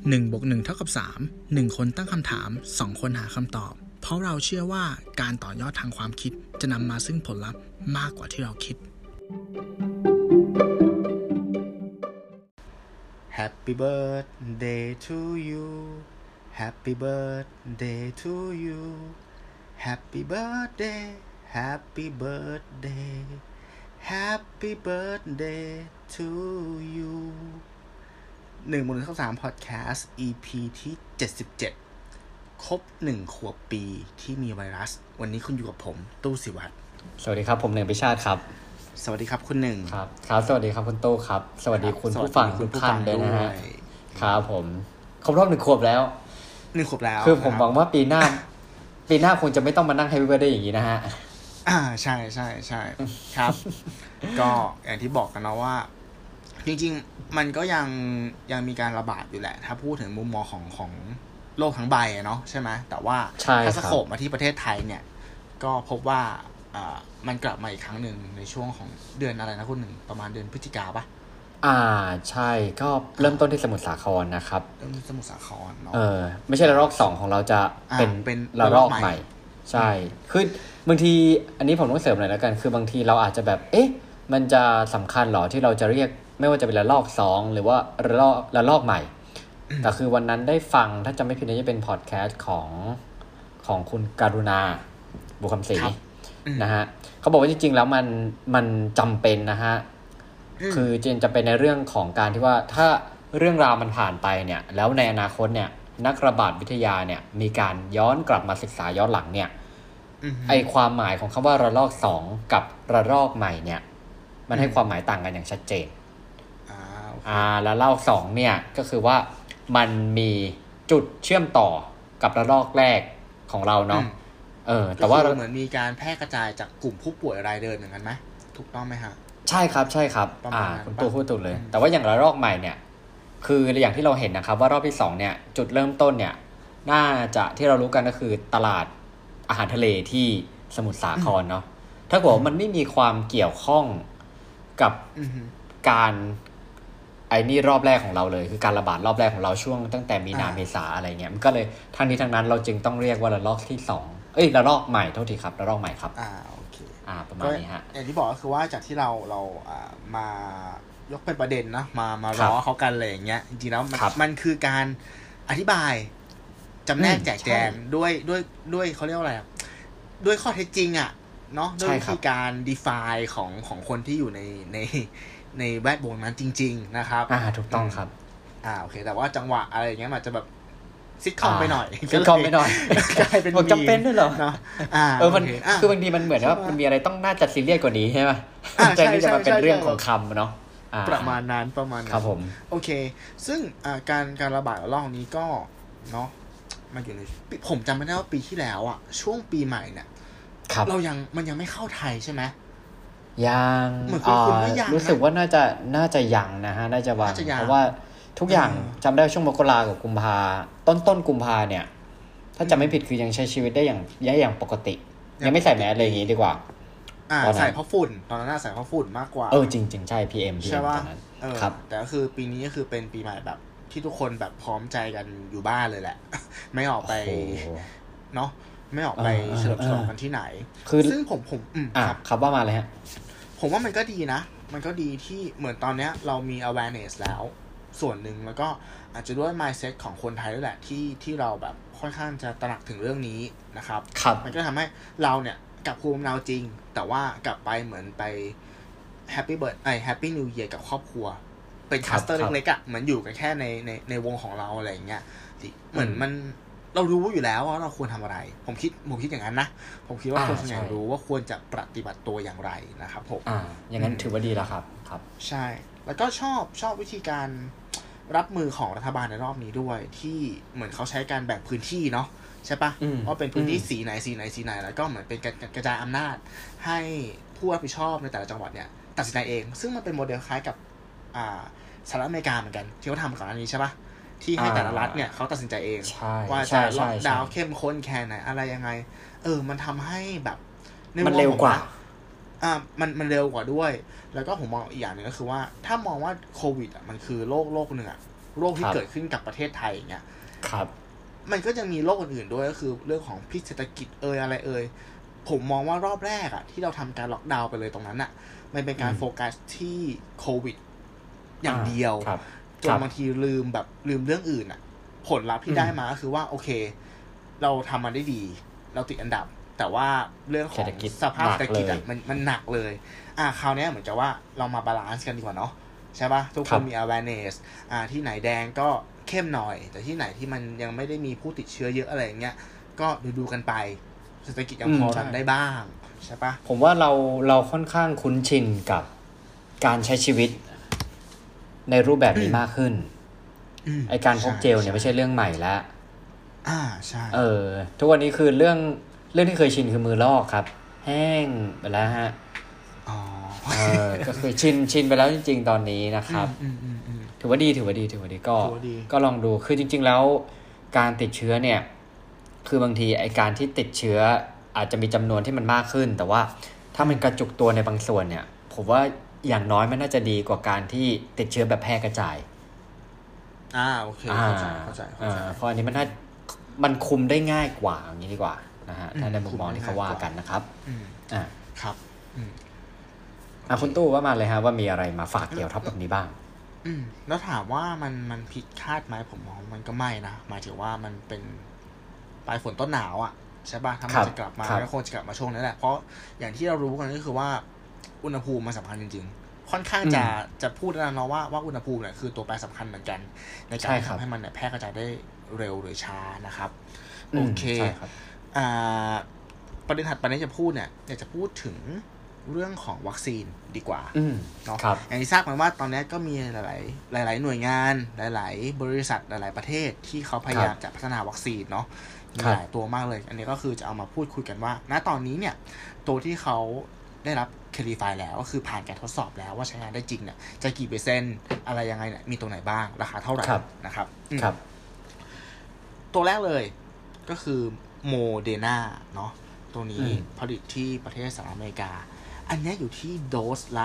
1+1=3 1คนตั้งคำถาม2คนหาคำตอบเพราะเราเชื่อว่าการต่อยอดทางความคิดจะนำมาซึ่งผลลัพธ์มากกว่าที่เราคิด Happy birthday to you Happy birthday to you Happy birthday Happy birthday Happy birthday to you 1+1=3 Podcast EP ที่77ครบ1ขวบปีที่มีไวรัสวันนี้คุณอยู่กับผมตู้ศิวัตรสวัสดีครับผมหนึ่งพิชาติครับสวัสดีครับคุณหนึ่งครับสวัสดีครับคุณตู้ครับสวัสดีคุณผู้ฟังทุกท่านด้วยนะฮะครับผมครบรอบ1ขวบแล้ว 1ขวบแล้วคือผมหวังว่าปีหน้าคงจะไม่ต้องมานั่ง Happy Birthday อย่างนี้นะฮะใช่ครับ ก็อย่างที่บอกกันนะว่าจริงๆมันก็ยังมีการระบาดอยู่แหละถ้าพูดถึงมุมมองของโลกทั้งใบเนาะใช่ไหมแต่ว่าถ้าสโคปมาที่ประเทศไทยเนี่ยก็พบว่ามันกลับมาอีกครั้งหนึ่งในช่วงของเดือนอะไรนะคุณหนึ่งประมาณเดือนพฤศจิกาป่ะใช่ก็เริ่มต้นที่สมุทรสาครนะครับเริ่มที่สมุทรสาครเนาะไม่ใช่ระลอก2ของเราจะเป็นระลอกใหม่ใช่คือบางทีอันนี้ผมต้องเสริมหน่อยแล้วกันคือบางทีเราอาจจะแบบมันจะสำคัญหรอที่เราจะเรียกไม่ว่าจะเป็นระลอก2หรือว่าระลอกใหม่แต่คือวันนั้นได้ฟังถ้าจำไม่ผิดน่าจะเป็นพอดแคสต์ของคุณการุณาบุญคำศรีนะฮะเขาบอกว่าจริงๆแล้วมันจำเป็นนะฮะคือจะเป็นในเรื่องของการที่ว่าถ้าเรื่องราวมันผ่านไปเนี่ยแล้วในอนาคตเนี่ยนักระบาดวิทยาเนี่ยมีการย้อนกลับมาศึกษาย้อนหลังเนี่ยไอความหมายของคำว่าระลอก2กับระลอกใหม่เนี่ยมันให้ความหมายต่างกันอย่างชัดเจนระลอก2เนี่ยก็คือว่ามันมีจุดเชื่อมต่อกับระลอกแรกของเราเนาะแต่ว่าเหมือนมีการแพร่กระจายจากกลุ่มผู้ป่วยรายเดิมอย่างนั้นไหมถูกต้องไหมฮะใช่ครับคุณตูพูดถูกเลยแต่ว่าอย่างระลอกใหม่เนี่ยคืออย่างที่เราเห็นนะครับว่ารอบที่2เนี่ยจุดเริ่มต้นเนี่ยน่าจะที่เรารู้กันก็คือตลาดอาหารทะเลที่สมุทรสาครเนาะถ้าเกิดว่ามันไม่มีความเกี่ยวข้องกับการไอ้นี่รอบแรกของเราเลยคือการระบาดรอบแรกของเราช่วงตั้งแต่มีนาเมษาอะไรเงี้ยมันก็เลยทั้งนี้ทั้งนั้นเราจึงต้องเรียกว่าระลอกที่2ระลอกใหม่โทษทีครับระลอกใหม่ครับโอเคประมาณนี้ฮะอย่างที่บอกก็คือว่าจากที่เรามายกเป็นประเด็นนะมาล้อเขากันอะไรอย่างเงี้ยจริงๆแล้วมันคือการอธิบายจำแนกแจกแจงด้วยเขาเรียกว่าอะไรด้วยข้อเท็จจริงเนาะด้วยวิธีการ define ของคนที่อยู่ในแวดวงนั้นจริงๆนะครับถูกต้องครับโอเคแต่ว่าจังหวะอะไรอย่างเงี้ยมันจะแบบซิทคอมไปหน่อยกลายเป็นจำเป็นด้วยเหรอเนาะมันคือบางทีมันเหมือนว่ามันมีอะไรต้องน่าจะซีเรียสกว่านี้ใช่ไหมใจนี่จะมาเป็นเรื่องของคำเนาะประมาณนั้นครับผมโอเคซึ่งการระบาดระลอกนี้ก็เนาะมาอยู่ในผมจำไม่ได้ว่าปีที่แล้วช่วงปีใหม่เนี่ยมันยังไม่เข้าไทยใช่ไหมยังรู้สึกว่าน่าจะยังนะฮะน่าจะวางเพราะว่าทุกอย่างจำได้ช่วงมกรากับกุมภาต้นกุมภาเนี่ยถ้าจำไม่ผิดคือยังใช้ชีวิตได้อย่างปกติยังไม่ใส่แมสเลยอย่างนี้ดีกว่าใส่เพราะฝุ่นตอนนั้นใส่เพราะฝุ่นมากกว่าจริงๆใช่ PM ใช่ป่ะครับแต่ก็คือปีนี้ก็คือเป็นปีใหม่แบบที่ทุกคนแบบพร้อมใจกันอยู่บ้านเลยแหละไม่ออกไปเนาะไม่ออกไปเฉลิมฉลองกันที่ไหนซึ่งผมครับว่ามาเลยฮะผมว่ามันก็ดีนะมันก็ดีที่เหมือนตอนนี้เรามี awareness แล้วส่วนหนึ่งแล้วก็อาจจะด้วย mindset ของคนไทยด้วยแหละที่เราแบบค่อนข้างจะตระหนักถึงเรื่องนี้นะครับมันก็ทำให้เราเนี่ยกลับภูมิลำเนาจริงแต่ว่ากลับไปเหมือนไป Happy New Year กับครอบครัวเป็นคลัสเตอร์เล็กๆเหมือนอยู่กันแค่ในวงของเราอะไรอย่างเงี้ยเหมือนมันเรารู้อยู่แล้วว่าเราควรทำอะไรผมคิดอย่างนั้นนะผมคิดว่าคนส่วนใหญ่รู้ว่าควรจะปฏิบัติตัวอย่างไรนะครับผมอย่างนั้นถือว่าดีแล้วครับใช่แล้วก็ชอบวิธีการรับมือของรัฐบาลในรอบนี้ด้วยที่เหมือนเขาใช้การแบ่งพื้นที่เนาะใช่ปะว่าเป็นพื้นที่สีไหนแล้วก็เหมือนเป็นกระจายอำนาจให้ผู้รับผิดชอบในแต่ละจังหวัดเนี่ยตัดสินใจเองซึ่งมันเป็นโมเดลคล้ายกับสหรัฐอเมริกาเหมือนกันที่เขาทำก่อนอันนี้ใช่ปะที่ให้แต่ละรัฐเนี่ยเขาตัดสินใจเองว่าจะล็อกดาวน์เข้มข้นแค่ไหนอะไรยังไงมันทำให้แบบมันเร็วกว่ามันเร็วกว่าด้วยแล้วก็ผมมองอีกอย่างนึงก็คือว่าถ้ามองว่าโควิดมันคือโรคนึงโรคที่เกิดขึ้นกับประเทศไทยอย่างเงี้ยครับมันก็ยังมีโรคอื่นๆด้วยก็คือเรื่องของพิษเศรษฐกิจอะไรผมมองว่ารอบแรกอะที่เราทำการล็อกดาวน์ไปเลยตรงนั้นอะมันเป็นการโฟกัสที่โควิดอย่างเดียวจนบางทีลืมเรื่องอื่นอะผลลัพธ์ที่ได้มาก็คือว่าโอเคเราทำมันได้ดีเราติดอันดับแต่ว่าเรื่องของสภาพเศรษฐกิจมันหนักเลยคราวนี้เหมือนกับว่าเรามาบาลานซ์กันดีกว่าเนาะใช่ป่ะทุกคนมี awareness ที่ไหนแดงก็เข้มหน่อยแต่ที่ไหนที่มันยังไม่ได้มีผู้ติดเชื้อเยอะอะไรอย่างเงี้ยก็ดูกันไปเศรษฐกิจยังพอรันได้บ้างใช่ปะผมว่าเราค่อนข้างคุ้นชินกับการใช้ชีวิตในรูปแบบนี้มากขึ้นไอการพกเจลเนี่ยไม่ใช่เรื่องใหม่แล้วใช่ทุกวันนี้คือเรื่องที่เคยชินคือมือลอกครับแห้งไปแล้วฮะก็คือชินไปแล้วจริงๆตอนนี้นะครับถือว่าดีก็ลองดูคือจริงๆแล้วการติดเชื้อเนี่ยคือบางทีไอการที่ติดเชื้ออาจจะมีจำนวนที่มันมากขึ้นแต่ว่าถ้ามันกระจุกตัวในบางส่วนเนี่ยผมว่าอย่างน้อยมันน่าจะดีกว่าการที่ติดเชื้อแบบแพร่กระจายโอเคเข้าใจเพราะอันนี้มันคุมได้ง่ายกว่าอย่างนี้ดีกว่านะฮะถ้าในมุมมองที่เขาว่ากันนะครับครับคุณตู้ว่ามาเลยฮะว่ามีอะไรมาฝากเกี่ยวทับแบบนี้บ้างแล้วถามว่ามันผิดคาดไหมผมมองมันก็ไม่นะหมายถึงว่ามันเป็นปลายฝนต้นหนาวใช่ป่ะถ้ามันจะกลับมาก็คงจะกลับมาช่วงนั้นแหละเพราะอย่างที่เรารู้กันก็คือว่าอุณหภูมิมันสำคัญจริงๆค่อนข้างจะพูดแล้วนะว่าอุณหภูมิเนี่ยคือตัวแปรสำคัญเหมือนกันในการทำให้มันเนี่ยแพร่กระจายได้เร็วหรือช้านะครับโอเคประเด็นถัดไปนี้จะพูดเนี่ยอยากจะพูดถึงเรื่องของวัคซีนดีกว่าเนาะอย่างที่ทราบกันว่าตอนนี้ก็มีหลายหน่วยงานหลายบริษัทหลายประเทศที่เขาพยายามจะพัฒนาวัคซีนเนาะมีหลายตัวมากเลยอันนี้ก็คือจะเอามาพูดคุยกันว่าณตอนนี้เนี่ยตัวที่เขาได้รับเคลีฟายแล้วก็คือผ่านการทดสอบแล้วว่าใช้งานได้จริงเนี่ยจะกี่เปอร์เซ็นต์อะไรยังไงเนี่ยมีตัวไหนบ้างราคาเท่าไหร่นะครับตัวแรกเลยก็คือโมเดอร์นาเนาะตัวนี้ผลิตที่ประเทศสหรัฐอเมริกาอันนี้อยู่ที่โดสละ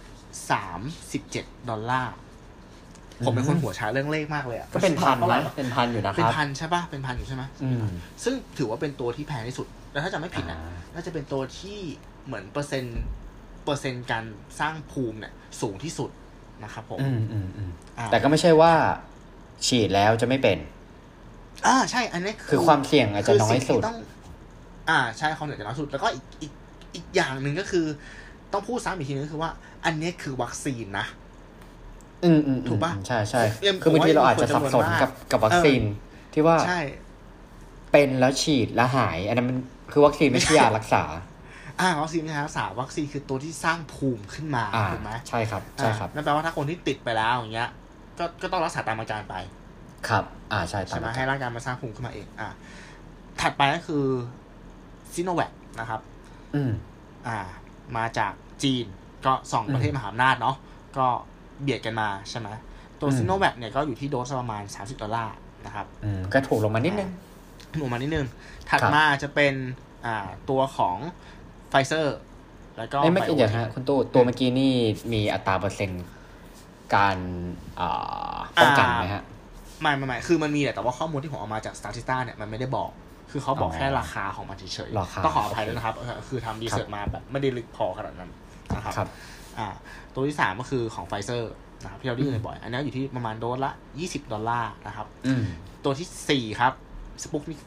$37ผมเป็นคนหัวช้าเรื่องเลขมากเลยก็เป็นพันนะเป็นพันอยู่นะครับเป็นพันใช่ป่ะเป็นพันอยู่ใช่ไหมซึ่งถือว่าเป็นตัวที่แพงที่สุดแล้วถ้าจำไม่ผิดนะน่าจะเป็นตัวที่เหมือนเปอร์เซ็นต์การสร้างภูมิเนี่ยสูงที่สุดนะครับผมแต่ก็ไม่ใช่ว่าฉีดแล้วจะไม่เป็นใช่อันนี้คือความเสี่ยงอาจจะน้อยสุดใช่ความเสี่ยงจะน้อยสุดแล้วก็อีกอย่างหนึ่งก็คือต้องพูดซ้ำอีกทีนึงคือว่าอันนี้คือวัคซีนนะถูกป่ะใช่คือบางทีเราอาจจะสับสนกับวัคซีนที่ว่าเป็นแล้วฉีดแล้วหายอันนั้นมันคือวัคซีนไม่ใช่ยารักษาวัคซีนไม่ใช่รักษาวัคซีนคือตัวที่สร้างภูมิขึ้นมาถูกไหมใช่ครับนั่นแปลว่าถ้าคนที่ติดไปแล้วอย่างเงี้ยก็ต้องรักษาตามอาการไปครับใช่ไหมให้ร่างกายมาสร้างภูมิขึ้นมาเองถัดไปก็คือซิโนแวคนะครับมาจากจีนก็2ประเทศมหาอำนาจเนาะก็เบียดกันมาใช่ไหมตัวซิโนแวคเนี่ยก็อยู่ที่โดสประมาณ$30นะครับก็ถูกลงมานิดนึงถัดมาจะเป็นตัวของไฟเซอร์แล้วก็ไม่กี่อย่างฮะคุณตู้ตัวเมื่อกี้นี่มีอัตราเปอร์เซ็นต์การป้องกันไหมฮะไม่คือมันมีแต่ว่าข้อมูลที่ผมเอามาจาก Statista เนี่ยมันไม่ได้บอกคือเขาบอกแค่ราคาของมันเฉยๆต้องขออภัยด้วยนะครับคือทำรีเสิร์ชมาแบบไม่ได้ลึกพอขนาดนั้นนะครับตัวที่3ก็คือของไฟเซอร์นะครับที่เราได้ยินบ่อยอันนี้อยู่ที่ประมาณโดสละ$20นะครับตัวที่4ครับสปุกนิก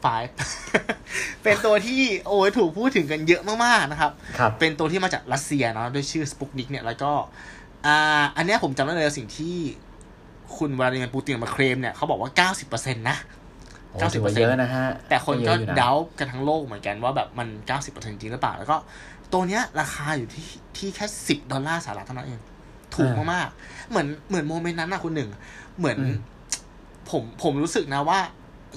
5 เป็นตัวที่ถูกพูดถึงกันเยอะมากๆนะครับเป็นตัวที่มาจากรัสเซียเนาะด้วยชื่อสปุกนิกเนี่ยแล้วก็อันนี้ผมจำได้เลยสิ่งที่คุณวลาดิเมียร์ปูตินมาเคลมเนี่ยเขาบอกว่า 90% นะ 90%เยอะนะฮะแต่คนก็เดากันทั้งโลกเหมือนกันว่าแบบมัน 90% จริงหรือเปล่าแล้วก็ตัวเนี้ยราคาอยู่ที่แค่$10สหรัฐเท่านั้นเองถูกมากๆเหมือนโมเมนต์นั้นนะคุณหนึ่งเหมือนผมรู้สึกนะว่า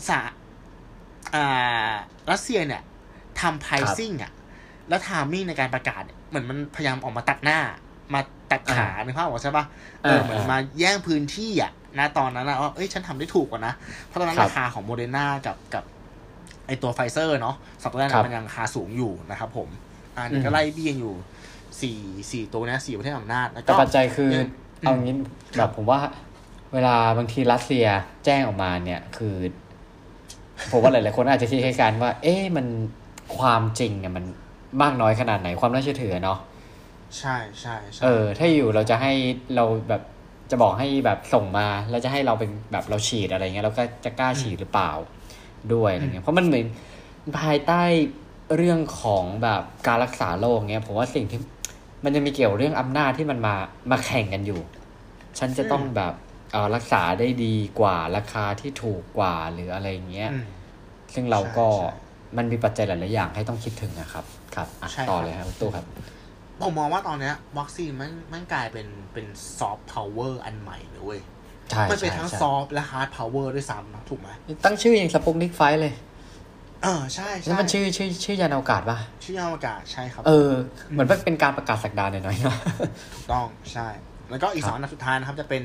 รัสเซียเนี่ยทำ pricing แล้ว timing ในการประกาศเนี่ยเหมือนมันพยายามออกมาตัดหน้ามาตัดขาในภาพบอกใช่ป่ะเหมือนมาแย่งพื้นที่ณตอนนั้นว่าฉันทำได้ถูกกว่านะเพราะตอนนั้นราคาของโมเดอร์นากับไอตัวไฟเซอร์เนาะสัปดาห์นั้นมันยังราคาสูงอยู่นะครับผมนี่ก็ไล่เบี้ยอยู่4ตัวนี้4ประเทศอำนาจแล้วก็ปัจจัยคือเอางี้แบบผมว่าเวลาบางทีรัสเซียแจ้งออกมาเนี่ยคือผมว่าหลายๆคนอาจจะคิดคล้ายกันว่ามันความจริงเนี่ยมันมากน้อยขนาดไหนความน่าเชื่อถือเนาะใช่ใช่ถ้าอยู่เราจะให้เราแบบจะบอกให้แบบส่งมาแล้วจะให้เราเป็นแบบเราฉีดอะไรเงี้ยเราก็จะกล้าฉีดหรือเปล่าด้วยอะไรเงี้ยเพราะมันเหมือนภายใต้เรื่องของแบบการรักษาโรคเงี้ยผมว่าสิ่งที่มันจะมีเกี่ยวเรื่องอำนาจที่มันมาแข่งกันอยู่ฉันจะต้องแบบรักษาได้ดีกว่าราคาที่ถูกกว่าหรืออะไรเงี้ยซึ่งเราก็มันมีปัจจัยหลายๆอย่างให้ต้องคิดถึงนะครับครับต่อเลยครับตู้ครับผมมองว่าตอนนี้วัคซีนมันกลายเป็นซอฟต์พาวเวอร์อันใหม่เลยเว้ยมันเป็นทั้งซอฟต์และฮาร์ดพาวเวอร์ด้วยซ้ำนะถูกไหมตั้งชื่ออย่างสปุกนิกไฟเลยใช่แล้วมันชื่อยานอวกาศป่ะชื่อยานอวกาศใช่ครับเหมือนเป็นการประกาศศักดาหน่อยๆนะถูกต้องใช่แล้วก็อีก2 อันดับสุดท้ายนะครับจะเป็น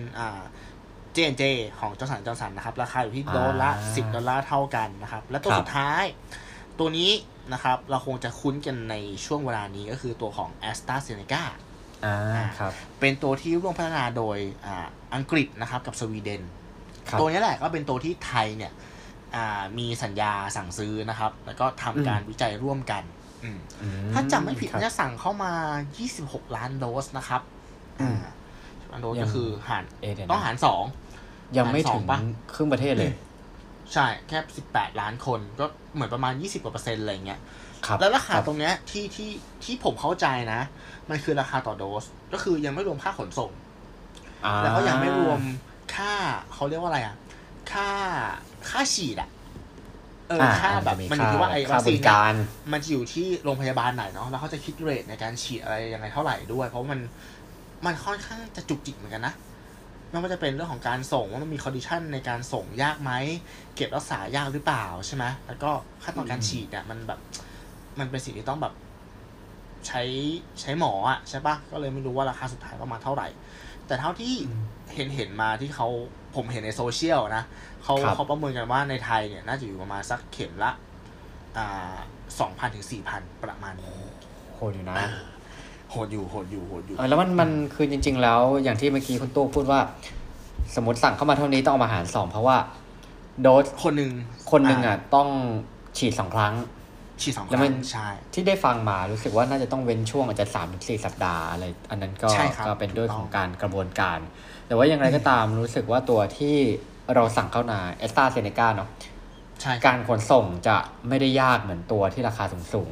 J&J ของจอร์นสันนะครับราคาอยู่ที่$10เท่ากันนะครับและตัวสุดท้ายตัวนี้นะครับเราคงจะคุ้นกันในช่วงเวลานี้ก็คือตัวของ AstraZeneca ครับเป็นตัวที่ร่วมพัฒนาโดยอังกฤษนะครับกับสวีเดนตัวนี้แหละก็เป็นตัวที่ไทยเนี่ยมีสัญญาสั่งซื้อนะครับแล้วก็ทำการวิจัยร่วมกันถ้าจำไม่ผิดจะสั่งเข้ามา26 ล้านโดสนะครับล้านโดสก็คือต้องหาร2 ยังไม่ถึงครึ่งประเทศเลยใช่แค่18 ล้านคนก็เหมือนประมาณ20% อะไรเงี้ยแล้วราคาตรงเนี้ยที่ผมเข้าใจนะมันคือราคาต่อโดสก็คือยังไม่รวมค่าขนส่งแล้วก็ยังไม่รวมค่าเขาเรียกว่าอะไรค่าฉีดค่าแบบมันอยู่ที่ว่าไอ้วัคซีนมันจะอยู่ที่โรงพยาบาลไหนเนาะแล้วเขาจะคิดเรทในการฉีดอะไรยังไงเท่าไหร่ด้วยเพราะมันค่อนข้างจะจุกจิกเหมือนกันนะไม่ว่าจะเป็นเรื่องของการส่งว่ามันมีคอนดิชันในการส่งยากไหมเก็บรักษายากหรือเปล่าใช่ไหมแล้วก็ขั้นตอนการฉีดเนี่ยมันแบบมันเป็นสิ่งที่ต้องแบบใช้หมอใช่ปะก็เลยไม่รู้ว่าราคาสุดท้ายประมาณเท่าไหร่แต่เท่าที่เห็นมาที่ผมเห็นในโซเชียลนะเขาประเมินกันว่าในไทยเนี่ยน่าจะอยู่ประมาณสักเข็มละ2,000 ถึง 4,000 ประมาณนี้โหดอยู่นะโหดอยู่แล้วมันคือจริงๆแล้วอย่างที่เมื่อกี้คุณตู้พูดว่าสมมติสั่งเข้ามาเท่านี้ต้องเอามาหาร2เพราะว่าโดสคนหนึ่งต้องฉีด2 ครั้งแล้วมันใช่ที่ได้ฟังมารู้สึกว่าน่าจะต้องเว้นช่วงอาจจะ 3-4 สัปดาห์อะไรอันนั้นก็เป็นด้วยของการกระบวนการแต่ว่าอย่างไรก็ตามรู้สึกว่าตัวที่เราสั่งเข้ามา AstraZeneca เนาะการขนส่งจะไม่ได้ยากเหมือนตัวที่ราคาสูง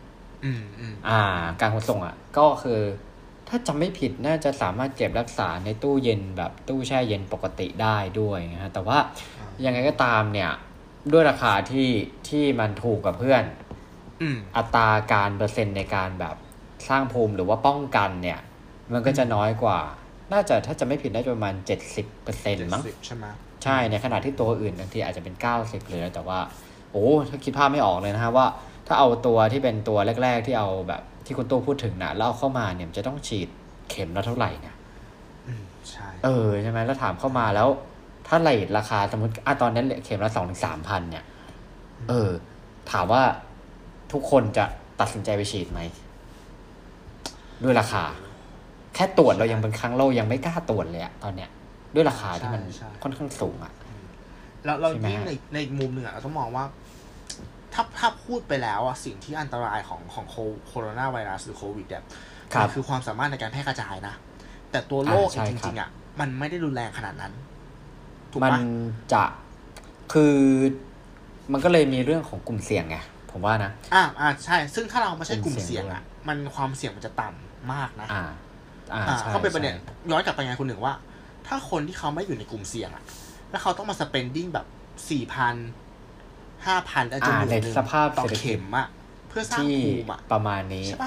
การขนส่งก็คือถ้าจำไม่ผิดน่าจะสามารถเก็บรักษาในตู้เย็นแบบตู้แช่เย็นปกติได้ด้วยนะฮะแต่ว่ายังไงก็ตามเนี่ยด้วยราคาที่มันถูกกับเพื่อนอัตราการเปอร์เซ็นต์ในการแบบสร้างภูมิหรือว่าป้องกันเนี่ยมันก็จะน้อยกว่าน่าจะถ้าจะไม่ผิดน่าจะประมาณ 70% มั้งใช่ไหมใช่ในขณะที่ตัวอื่นบางทีอาจจะเป็น90เลยแต่ว่าถ้าคิดภาพไม่ออกเลยนะฮะว่าถ้าเอาตัวที่เป็นตัวแรกๆที่เอาแบบที่คุณตู้พูดถึงนะแล้วเอาเข้ามาเนี่ยจะต้องฉีดเข็มละเท่าไหร่เนี่ยใช่ใช่ไหมแล้วถามเข้ามาแล้วถ้าเรทราคาสมมติตอนนั้นเข็มละ 2-3,000 เนี่ยถามว่าทุกคนจะตัดสินใจไปฉีดไหมด้วยราคาแค่ตรวจเรายังเป็นครั้งเรายังไม่กล้าตรวจเลยตอนเนี้ยด้วยราคาที่มันค่อนข้างสูงเรายิ่งในอีกมุมหนึ่งเราต้องมองว่าถ้าพูดไปแล้วสิ่งที่อันตรายของโคโรนาไวรัสหรือโควิดเนี่ยคือความสามารถในการแพร่กระจายนะแต่ตัวโรคจริงๆมันไม่ได้รุนแรงขนาดนั้นมันจะคือมันก็เลยมีเรื่องของกลุ่มเสี่ยงไงผมว่านะใช่ซึ่งถ้าเราไม่ใช่กลุ่มเสี่ยงมันความเสี่ยงมันจะต่ำมากนะเขาเป็นประเด็นย้อนกลับไปไงคุณหนึ่งว่าถ้าคนที่เขาไม่อยู่ในกลุ่มเสี่ยงแล้วเขาต้องมา spending แบบ 4,000 5,000 อาจจะในสภาพต่อเข็มเพื่อสร้างภูมิประมาณนี้ใช่ปะ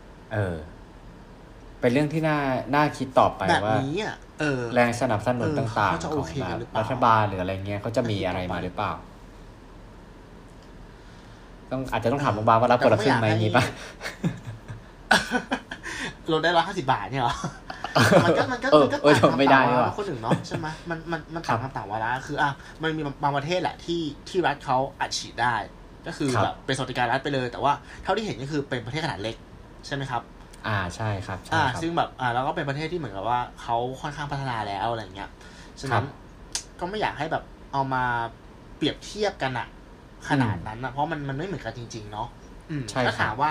เป็นเรื่องที่น่าคิดต่อไปว่าแบบนี้แรงสนับสนุนต่างๆของรัฐบาลหรืออะไรเงี้ยเขาจะมีอะไรมาหรือเปล่าอาจจะต้องถามโรงพยาบาลว่ารับคนละครึ่งไหมงี้ป่ะลดได้150 บาทเนี่ยเหรอมันก็ไม่ได้ว่ะคนหนึ่งเนาะใช่ไหมมันต่างคำต่างวาระคือมันมีบางประเทศแหละที่รัฐเขาอัดฉีดได้ก็คือแบบเป็นสวัสดิการรัฐไปเลยแต่ว่าเท่าที่เห็นก็คือเป็นประเทศขนาดเล็กใช่ไหมครับใช่ครับซึ่งแบบแล้วก็เป็นประเทศที่เหมือนกับว่าเขาค่อนข้างพัฒนาแล้วอะไรเงี้ยฉะนั้นก็ไม่อยากให้แบบเอามาเปรียบเทียบกันอะขนาดนั้นนะเพราะมันไม่เหมือนกันจริงๆเนาะถ้าถามว่า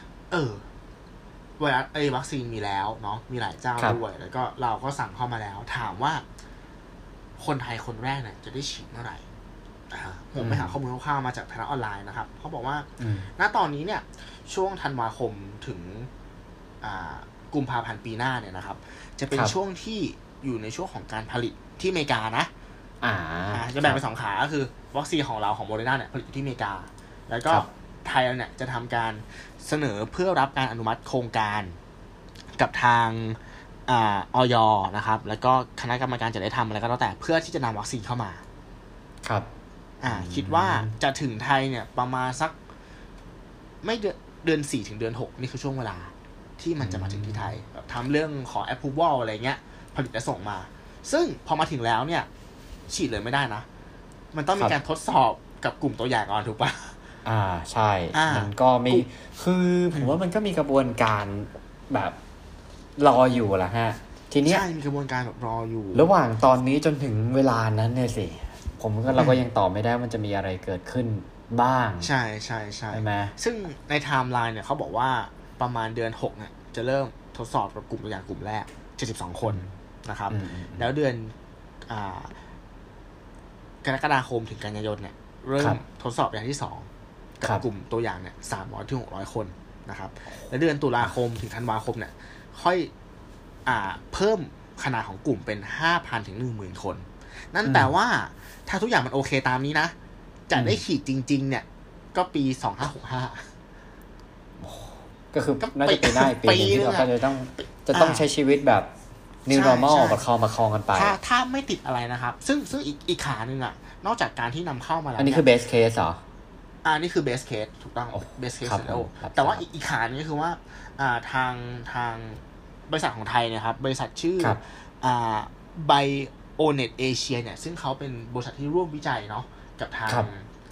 ไวรัสวัคซีนมีแล้วเนาะมีหลายเจ้าด้วยแล้วก็เราก็สั่งเข้ามาแล้วถามว่าคนไทยคนแรกเนี่ยจะได้ฉีดเมื่อไหร่ผมไปหาข้อมูลคร่าวๆมาจากไทยรัฐออนไลน์นะครับเขาบอกว่าณตอนนี้เนี่ยช่วงธันวาคมถึงกุมภาพันธ์ปีหน้าเนี่ยนะครับจะเป็นช่วงที่อยู่ในช่วงของการผลิตที่อเมริกานะจะแบ่งเป็น2ขาก็คือวัคซีนของเราของโมเดอร์นาเนี่ยผลิตที่อเมริกาแล้วก็ไทยเนี่ยจะทำการเสนอเพื่อรับการอนุมัติโครงการกับทางอย.นะครับแล้วก็คณะกรรมการจะได้ทำอะไรก็แล้วแต่เพื่อที่จะนำวัคซีนเข้ามาครับคิดว่าจะถึงไทยเนี่ยประมาณสักไม่เดือน4ถึงเดือน6นี่คือช่วงเวลาที่มันจะมาถึงที่ไทยแบบทำเรื่องขอ approval อะไรเงี้ยผลิตและส่งมาซึ่งพอมาถึงแล้วเนี่ยฉีดเลยไม่ได้นะมันต้องมีการทดสอบกับกลุ่มตัวอย่างก่อนถูกปะใช่มันก็มีคือผมว่ามันก็มีกระบวนการแบบรออยู่แหละฮะทีเนี้ยใช่มีกระบวนการแบบรออยู่ระหว่างตอนนี้จนถึงเวลานั้นเนี่ยสิเราก็ยังตอบไม่ได้มันจะมีอะไรเกิดขึ้นบ้างใช่ใช่ไหมซึ่งในไทม์ไลน์เนี่ยเขาบอกว่าประมาณเดือน6เนี่ยจะเริ่มทดสอบกับกลุ่มตัวอย่างกลุ่มแรก72คนนะครับแล้วเดือนกรกฎาคมถึงกันยายนเนี่ยเริ่มทดสอบอย่างที่2กับกลุ่มตัวอย่างเนี่ย300ถึง600คนนะครับแล้วเดือนตุลาคมถึงธันวาคมเนี่ยค่อยเพิ่มขนาดของกลุ่มเป็น 5,000 ถึง 10,000 คนนั่นแปลว่าถ้าทุกอย่างมันโอเคตามนี้นะจะได้ฉีดจริงๆเนี่ยก็ปี2565 ก็คือน่าจะเป็นได้ปีนึงที่เราก็จะต้องใช้ชีวิตแบบ new normal ประคองกันไปถ้าไม่ติดอะไรนะครับซึ่งอีกขานึงนอกจากการที่นำเข้ามาแล้วอันนี้คือ base case เหรอนี่คือ base case ถูกต้อง base case แล้วแต่ว่าอีกขานึงคือว่าทางบริษัทของไทยเนี่ยครับบริษัทชื่อBionet Asia เนี่ยซึ่งเขาเป็นบริษัทที่ร่วมวิจัยเนาะกับทาง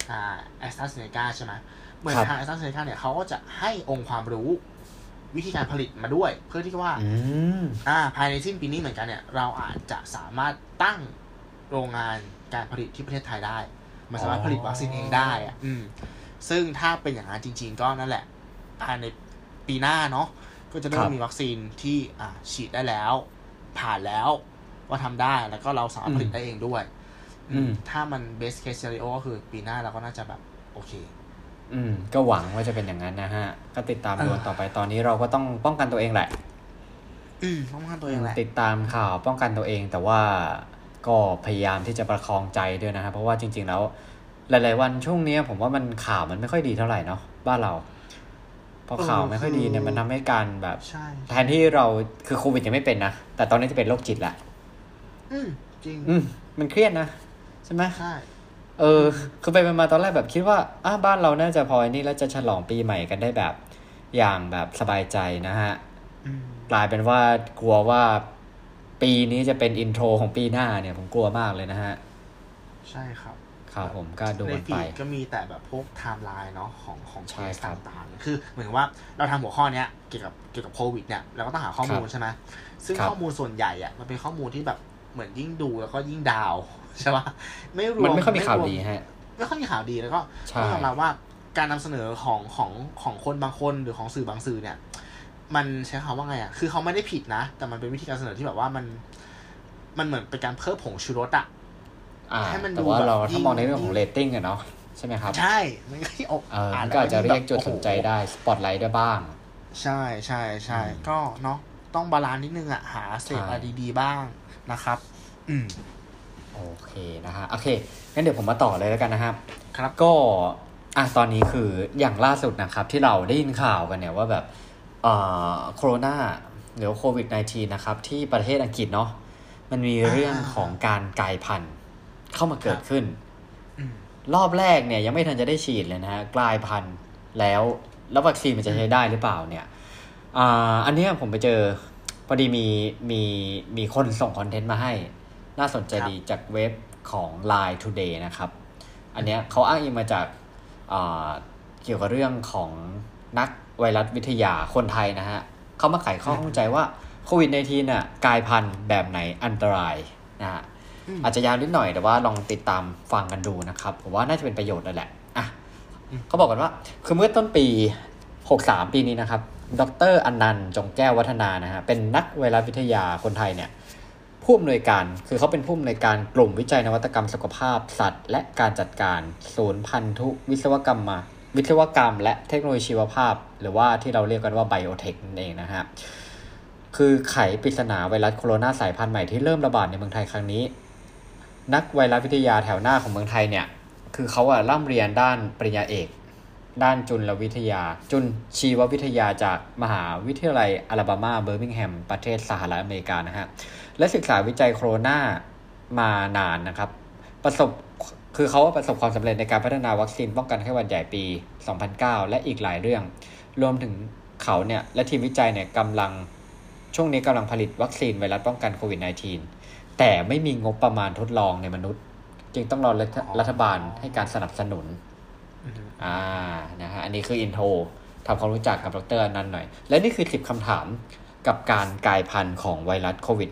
AstraZeneca ใช่ไหมเหมือนทาง AstraZeneca เนี่ยเขาก็จะให้องค์ความรู้วิธีการผลิตมาด้วยเพื่อที่ว่าภายในสิ้นปีนี้เหมือนกันเนี่ยเราอาจจะสามารถตั้งโรงงานการผลิตที่ประเทศไทยได้มันสามารถผลิตวัคซีนเองได้ซึ่งถ้าเป็นอย่างนั้นจริงๆก็นั่นแหละภายในปีหน้าเนาะก็จะเริ่มมีวัคซีนที่ฉีดได้แล้วผ่านแล้วว่าทำได้แล้วก็เราสามารถผลิตได้เองด้วยถ้ามัน best case scenario ก็คือปีหน้าเราก็น่าจะแบบโอเคก็หวังว่าจะเป็นอย่างนั้นนะฮะก็ติดตามดูต่อไปตอนนี้เราก็ต้องป้องกันตัวเองแหละป้องกันตัวเองแหละติดตามข่าวป้องกันตัวเองแต่ว่าก็พยายามที่จะประคองใจด้วยนะครับเพราะว่าจริงๆแล้วหลายๆวันช่วงนี้ผมว่ามันข่าวมันไม่ค่อยดีเท่าไหร่เนาะบ้านเราพอข่าวไม่ค่อยดีเนี่ยมันทำให้การแบบแทนที่เราคือโควิดยังไม่เป็นนะแต่ตอนนี้จะเป็นโรคจิตแหละจริงมันเครียดนะใช่ไหมใช่คือไปมาตอนแรกแบบคิดว่าบ้านเราน่าจะพอนี่แล้วจะฉลองปีใหม่กันได้แบบอย่างแบบสบายใจนะฮะกลายเป็นว่ากลัวว่าปีนี้จะเป็นอินโทรของปีหน้าเนี่ยผมกลัวมากเลยนะฮะใช่ครับครับผมก็ดูกันไปก็มีแต่แบบพวกไทม์ไลน์เนาะของเคสต่างๆคือเหมือนว่าเราทำหัวข้อเนี้ยเกี่ยวกับโควิดเนี่ยเราก็ต้องหาข้อมูลใช่ไหมซึ่งข้อมูลส่วนใหญ่มันเป็นข้อมูลที่แบบเหมือนยิ่งดูแล้วก็ยิ่งดาวใช่ป่ะไม่รวมมันไม่ค่อยมีข่าวดีฮะไม่ค่อยมีข่าวดีแล้วก็ต้องยอมรับว่าการนำเสนอของคนบางคนหรือของสื่อบางสื่อเนี่ยมันใช้คำว่าไงคือเขาไม่ได้ผิดนะแต่มันเป็นวิธีการเสนอที่แบบว่ามันเหมือนเป็นการเพิ่มผงชูรสให้มันดูแต่ว่าเราถ้ามองในเรื่องของเรตติ้งเนาะใช่ไหมครับใช่มันก็อาจจะเรียกจุดสนใจได้สปอตไลท์ได้บ้างใช่ใช่ใช่ก็เนาะต้องบาลานซ์นิดนึงหาเสพอะไรดีๆบ้างนะครับโอเคนะฮะโอเคงั้นเดี๋ยวผมมาต่อเลยแล้วกันนะครับครับก็ตอนนี้คืออย่างล่าสุดนะครับที่เราได้ยินข่าวกันเนี่ยว่าแบบโควิดหรือโควิด -19 นะครับที่ประเทศอังกฤษเนาะมันมีเรื่องของการกลายพันธุ์เข้ามาเกิดขึ้นรอบแรกเนี่ยยังไม่ทันจะได้ฉีดเลยนะฮะกลายพันธุ์แล้ววัคซีนมันจะใช้ได้หรือเปล่าเนี่ยอันนี้ผมไปเจอพอดีมีคนส่งคอนเทนต์มาให้น่าสนใจดีจากเว็บของ Line Today นะครับอันเนี้ยเขาอ้างอิงมาจากเกี่ยวกับเรื่องของนักไวรัสวิทยาคนไทยนะฮะเขามาไขข้อข้องใจว่าโควิด -19 น่ะกลายพันธุ์แบบไหนอันตรายนะฮะอาจจะยาวนิดหน่อยแต่ว่าลองติดตามฟังกันดูนะครับผมว่าน่าจะเป็นประโยชน์เลยแหละอ่ะเขาบอกกันว่าคือเมื่อต้นปี63ปีนี้นะครับดร.อนันต์จงแก้ววัฒนานะฮะเป็นนักไวรัสวิทยาคนไทยเนี่ยผู้อำนวยการคือเขาเป็นผู้อำนวยการกลุ่มวิจัยนวัตกรรมสุขภาพสัตว์และการจัดการศูนย์พันธุวิศวกรรมและเทคโนโลยีชีวภาพหรือว่าที่เราเรียกกันว่าไบโอเทคนั่นเองนะฮะคือไขปริศนาไวรัสโคโรนาสายพันธุ์ใหม่ที่เริ่มระบาดในเมืองไทยครั้งนี้นักไวรัสวิทยาแถวหน้าของเมืองไทยเนี่ยคือเขาร่ำเรียนด้านปริญญาเอกด้านจุลชีววิทยาจากมหาวิทยาลัยอลาบามาเบอร์มิงแฮมประเทศสหรัฐอเมริกานะฮะและศึกษาวิจัยโคโรนามานานนะครับเขาประสบความสำเร็จในการพัฒนาวัคซีนป้องกันไข้หวัดใหญ่ปี 2009 และอีกหลายเรื่องรวมถึงเขาเนี่ยและทีมวิจัยเนี่ยช่วงนี้กำลังผลิตวัคซีนไวรัสป้องกันโควิด -19 แต่ไม่มีงบประมาณทดลองในมนุษย์จึงต้องรอรัฐบาลให้การสนับสนุนนะฮะอันนี้คืออินโทรทำความรู้จักกับดร.อนันต์หน่อยและนี่คือ10คำถามกับการกลายพันธุ์ของไวรัสโควิด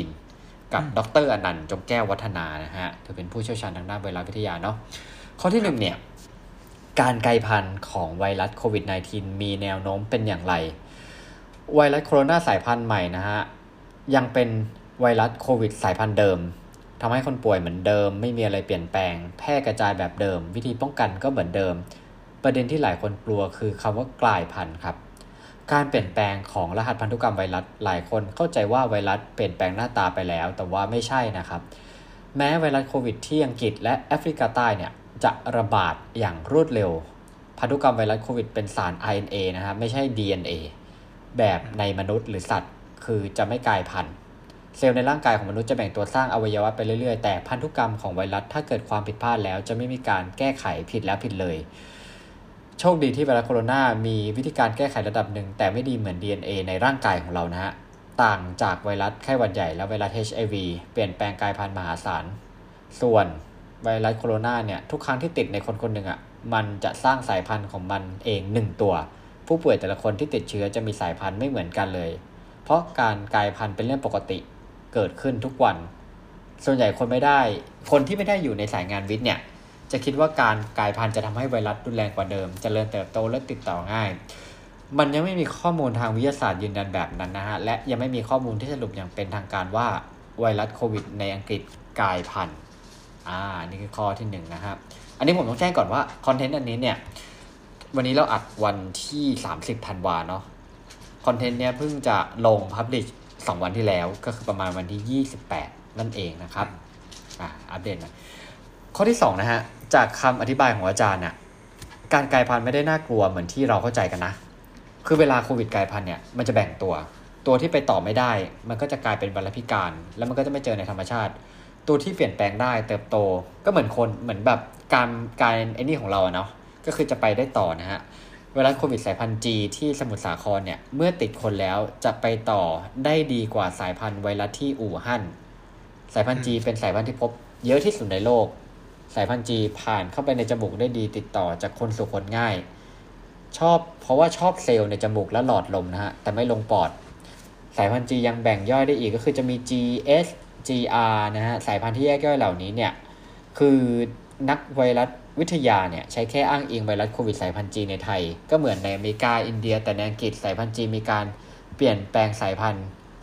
-19 กับดร.อนันต์จงแก้ววัฒนานะฮะเธอเป็นผู้เชี่ยวชาญทางด้านไวรัสวิทยาเนาะข้อที่1เนี่ยการกลายพันธุ์ของไวรัสโควิด -19 มีแนวโน้มเป็นอย่างไรไวรัสโคโรนาสายพันธุ์ใหม่นะฮะยังเป็นไวรัสโควิดสายพันธุ์เดิมทำให้คนป่วยเหมือนเดิมไม่มีอะไรเปลี่ยนแปลงแพร่กระจายแบบเดิมวิธีป้องกันก็เหมือนเดิมประเด็นที่หลายคนกลัวคือคำว่ากลายพันธุ์ครับการเปลี่ยนแปลงของรหัสพันธุกรรมไวรัสหลายคนเข้าใจว่าไวรัสเปลี่ยนแปลงหน้าตาไปแล้วแต่ว่าไม่ใช่นะครับแม้ไวรัสโควิดที่อังกฤษและแอฟริกาใต้เนี่ยจะระบาดอย่างรวดเร็วพันธุกรรมไวรัสโควิดเป็นสาร RNA นะครับไม่ใช่ DNA แบบในมนุษย์หรือสัตว์คือจะไม่กลายพันธุ์เซลล์ในร่างกายของมนุษย์จะแบ่งตัวสร้างอวัยวะไปเรื่อยๆแต่พันธุกรรมของไวรัสถ้าเกิดความผิดพลาดแล้วจะไม่มีการแก้ไขผิดแล้วผิดเลยโชคดีที่ไวรัสโคโรนามีวิธีการแก้ไขระดับหนึ่งแต่ไม่ดีเหมือน DNA ในร่างกายของเรานะฮะต่างจากไวรัสไข้หวัดใหญ่และไวรัส HIV เปลี่ยนแปลงกลายพันธุ์มหาศาลส่วนไวรัสโคโรนาเนี่ยทุกครั้งที่ติดในคนคนหนึ่งมันจะสร้างสายพันธุ์ของมันเอง1ตัวผู้ป่วยแต่ละคนที่ติดเชื้อจะมีสายพันธุ์ไม่เหมือนกันเลยเพราะการกลายพันธุ์เป็นเรื่องปกติเกิดขึ้นทุกวันส่วนใหญ่คนที่ไม่ได้อยู่ในสายงานวิทย์เนี่ยจะคิดว่าการกลายพันธุ์จะทำให้ไวรัสรุนแรงกว่าเดิมเจริญเติบโตและติดต่อง่ายมันยังไม่มีข้อมูลทางวิทยาศาสตร์ยืนยันแบบนั้นนะฮะและยังไม่มีข้อมูลที่สรุปอย่างเป็นทางการว่าไวรัสโควิดในอังกฤษกลายพันธุ์นี่คือข้อที่1นะครับอันนี้ผมต้องแจ้งก่อนว่าคอนเทนต์อันนี้เนี่ยวันนี้เราอัดวันที่30ธันวาเนาะคอนเทนต์เนี้ยเพิ่งจะลง publish 2 วันที่แล้วก็คือประมาณวันที่28นั่นเองนะครับอัปเดตนะข้อที่2นะฮะจากคำอธิบายของอาจารย์น่ะการกลายพันธุ์ไม่ได้น่ากลัวเหมือนที่เราเข้าใจกันนะคือเวลาโควิดกลายพันธุ์เนี่ยมันจะแบ่งตัวที่ไปต่อไม่ได้มันก็จะกลายเป็นวัณพิการแล้วมันก็จะไม่เจอในธรรมชาติตัวที่เปลี่ยนแปลงได้เติบโตก็เหมือนแบบการไอ้นี่ของเราเนาะก็คือจะไปได้ต่อนะฮะไวรัสโควิดสายพันธุ์ G ที่สมุทรสาครเนี่ยเมื่อติดคนแล้วจะไปต่อได้ดีกว่าสายพันธุ์ไวรัสที่อู่ฮั่นสายพันธุ์ G เป็นสายพันธุ์ที่พบเยอะที่สุดในโลกสายพันธุ์ G ผ่านเข้าไปในจมูกได้ดีติดต่อจากคนสู่คนง่ายเพราะว่าชอบเซลล์ในจมูกและหลอดลมนะฮะแต่ไม่ลงปอดสายพันธุ์ G ยังแบ่งย่อยได้อีกก็คือจะมี GS GR นะฮะสายพันธุ์ที่แยกย่อยเหล่านี้เนี่ยคือนักไวรัสวิทยาเนี่ยใช้แค่อ้างอิงไวรัสโควิดสายพันธุ์ G ในไทยก็เหมือนในอเมริกาอินเดียแต่ในอังกฤษสายพันธุ์ G มีการเปลี่ยนแปลงสายพันธุ์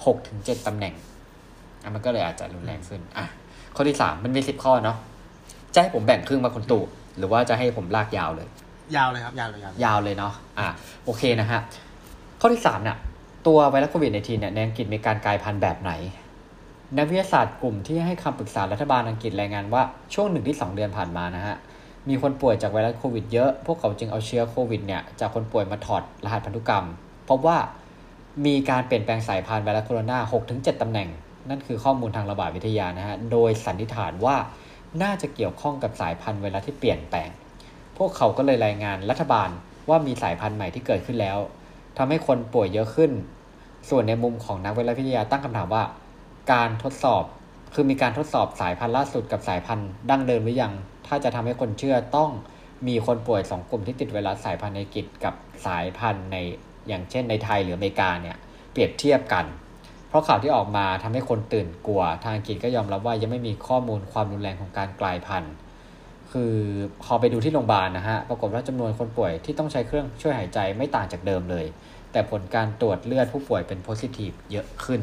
6-7 ตำแหน่งมันก็เลยอาจจะรุนแรงขึ้นข้อที่3มันมี10ข้อเนาะจะให้ผมแบ่งครึ่งมาคุณตู่หรือว่าจะให้ผมลากยาวเลยยาวเลยครับยาวเลยเนาะโอเคนะฮะข้อที่3เนี่ยตัวไวรัสโควิด-19เนี่ยในอังกฤษมีการกลายพันธุ์แบบไหนนักวิทยาศาสตร์กลุ่มที่ให้คำปรึกษารัฐบาลอังกฤษรายงานว่าช่วง 1-2 เดือนผ่านมานะฮะมีคนป่วยจากไวรัสโควิดเยอะพวกเขาจึงเอาเชื้อโควิดเนี่ยจากคนป่วยมาถอดรหัสพันธุกรรมพบว่ามีการเปลี่ยนแปลงสายพันธุ์ไวรัสโคโรนา 6-7 ตำแหน่งนั่นคือข้อมูลทางระบาดวิทยานะฮะโดยสันนิษฐานว่าน่าจะเกี่ยวข้องกับสายพันธุ์ไวรัสที่เปลี่ยนแปลงพวกเขาก็เลยรายงานรัฐบาลว่ามีสายพันธุ์ใหม่ที่เกิดขึ้นแล้วทำให้คนป่วยเยอะขึ้นส่วนในมุมของนักไวรัสวิทยาตั้งคำถามว่าการทดสอบมีการทดสอบสายพันธุ์ล่าสุดกับสายพันธุ์ดั้งเดิมหรือยังถ้าจะทำให้คนเชื่อต้องมีคนป่วย2กลุ่มที่ติดไวรัสสายพันธุ์ในอังกฤษกับสายพันธุ์ในอย่างเช่นในไทยหรืออเมริกาเนี่ยเปรียบเทียบกันเพราะข่าวที่ออกมาทำให้คนตื่นกลัวทางอังกฤษก็ยอมรับว่ายังไม่มีข้อมูลความรุนแรงของการกลายพันธุ์คือพอไปดูที่โรงพยาบาลนะฮะปรากฏว่าจำนวนคนป่วยที่ต้องใช้เครื่องช่วยหายใจไม่ต่างจากเดิมเลยแต่ผลการตรวจเลือดผู้ป่วยเป็นโพซิทีฟเยอะขึ้น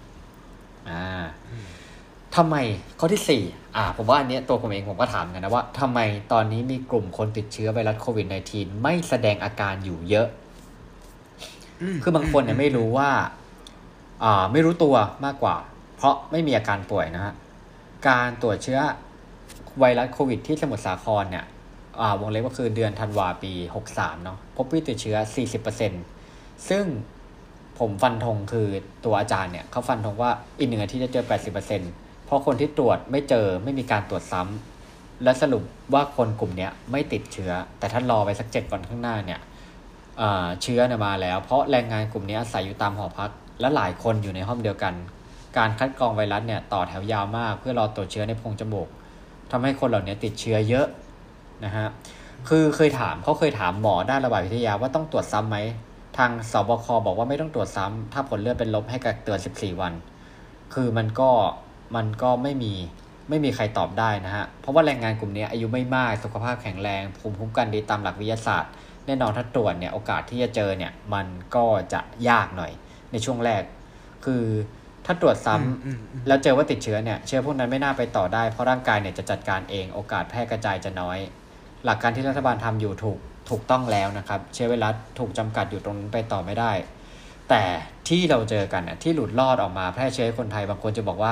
ทำไมข้อที่4ผมว่าอันนี้ตัวผมเองผมก็ถามกันนะว่าทำไมตอนนี้มีกลุ่มคนติดเชื้อไวรัสโควิด -19 ไม่แสดงอาการอยู่เยอะคือบางคนเนี่ยไม่รู้ว่าไม่รู้ตัวมากกว่าเพราะไม่มีอาการป่วยนะฮะการตรวจเชื้อไวรัสโควิดที่สมุทรสาครเนี่ยวงเล็บก็คือเดือนธันวาปี63เนาะพบผู้ติดเชื้อ 40% ซึ่งผมฟันธงคือตัวอาจารย์เนี่ยเขาฟันธงว่าอีก1 อาทิตย์จะเจอ 80%เพราะคนที่ตรวจไม่เจอไม่มีการตรวจซ้ำและสรุปว่าคนกลุ่มนี้ไม่ติดเชื้อแต่ถ้ารอไปสัก7 วันข้างหน้าเนี่ยเชื้อมาแล้วเพราะแรงงานกลุ่มนี้อาศัยอยู่ตามหอพักและหลายคนอยู่ในห้องเดียวกันการคัดกรองไวรัสเนี่ยต่อแถวยาวมากเพื่อรอตรวจเชื้อในโพรงจมูกทำให้คนเหล่านี้ติดเชื้อเยอะนะฮะคือเขาเคยถามหมอด้านระบาดวิทยาว่าต้องตรวจซ้ำไหมทางสบคบอกว่าไม่ต้องตรวจซ้ำถ้าผลเลือดเป็นลบให้กักตัว14 วันคือมันก็ไม่มีใครตอบได้นะฮะเพราะว่าแรงงานกลุ่มนี้อายุไม่มากสุขภาพแข็งแรงภูมิคุ้มกันดีตามหลักวิทยาศาสตร์แน่นอนถ้าตรวจเนี่ยโอกาสที่จะเจอเนี่ยมันก็จะยากหน่อยในช่วงแรกคือถ้าตรวจซ้ำแล้วเจอว่าติดเชื้อเนี่ยเชื้อพวกนั้นไม่น่าไปต่อได้เพราะร่างกายเนี่ยจะจัดการเองโอกาสแพร่กระจายจะน้อยหลักการที่รัฐบาลทำอยู่ถูกต้องแล้วนะครับเชื้อไวรัสถูกจำกัดอยู่ตรงนั้นไปต่อไม่ได้แต่ที่เราเจอกันที่หลุดรอดออกมาแพร่เชื้อให้คนไทยบางคนจะบอกว่า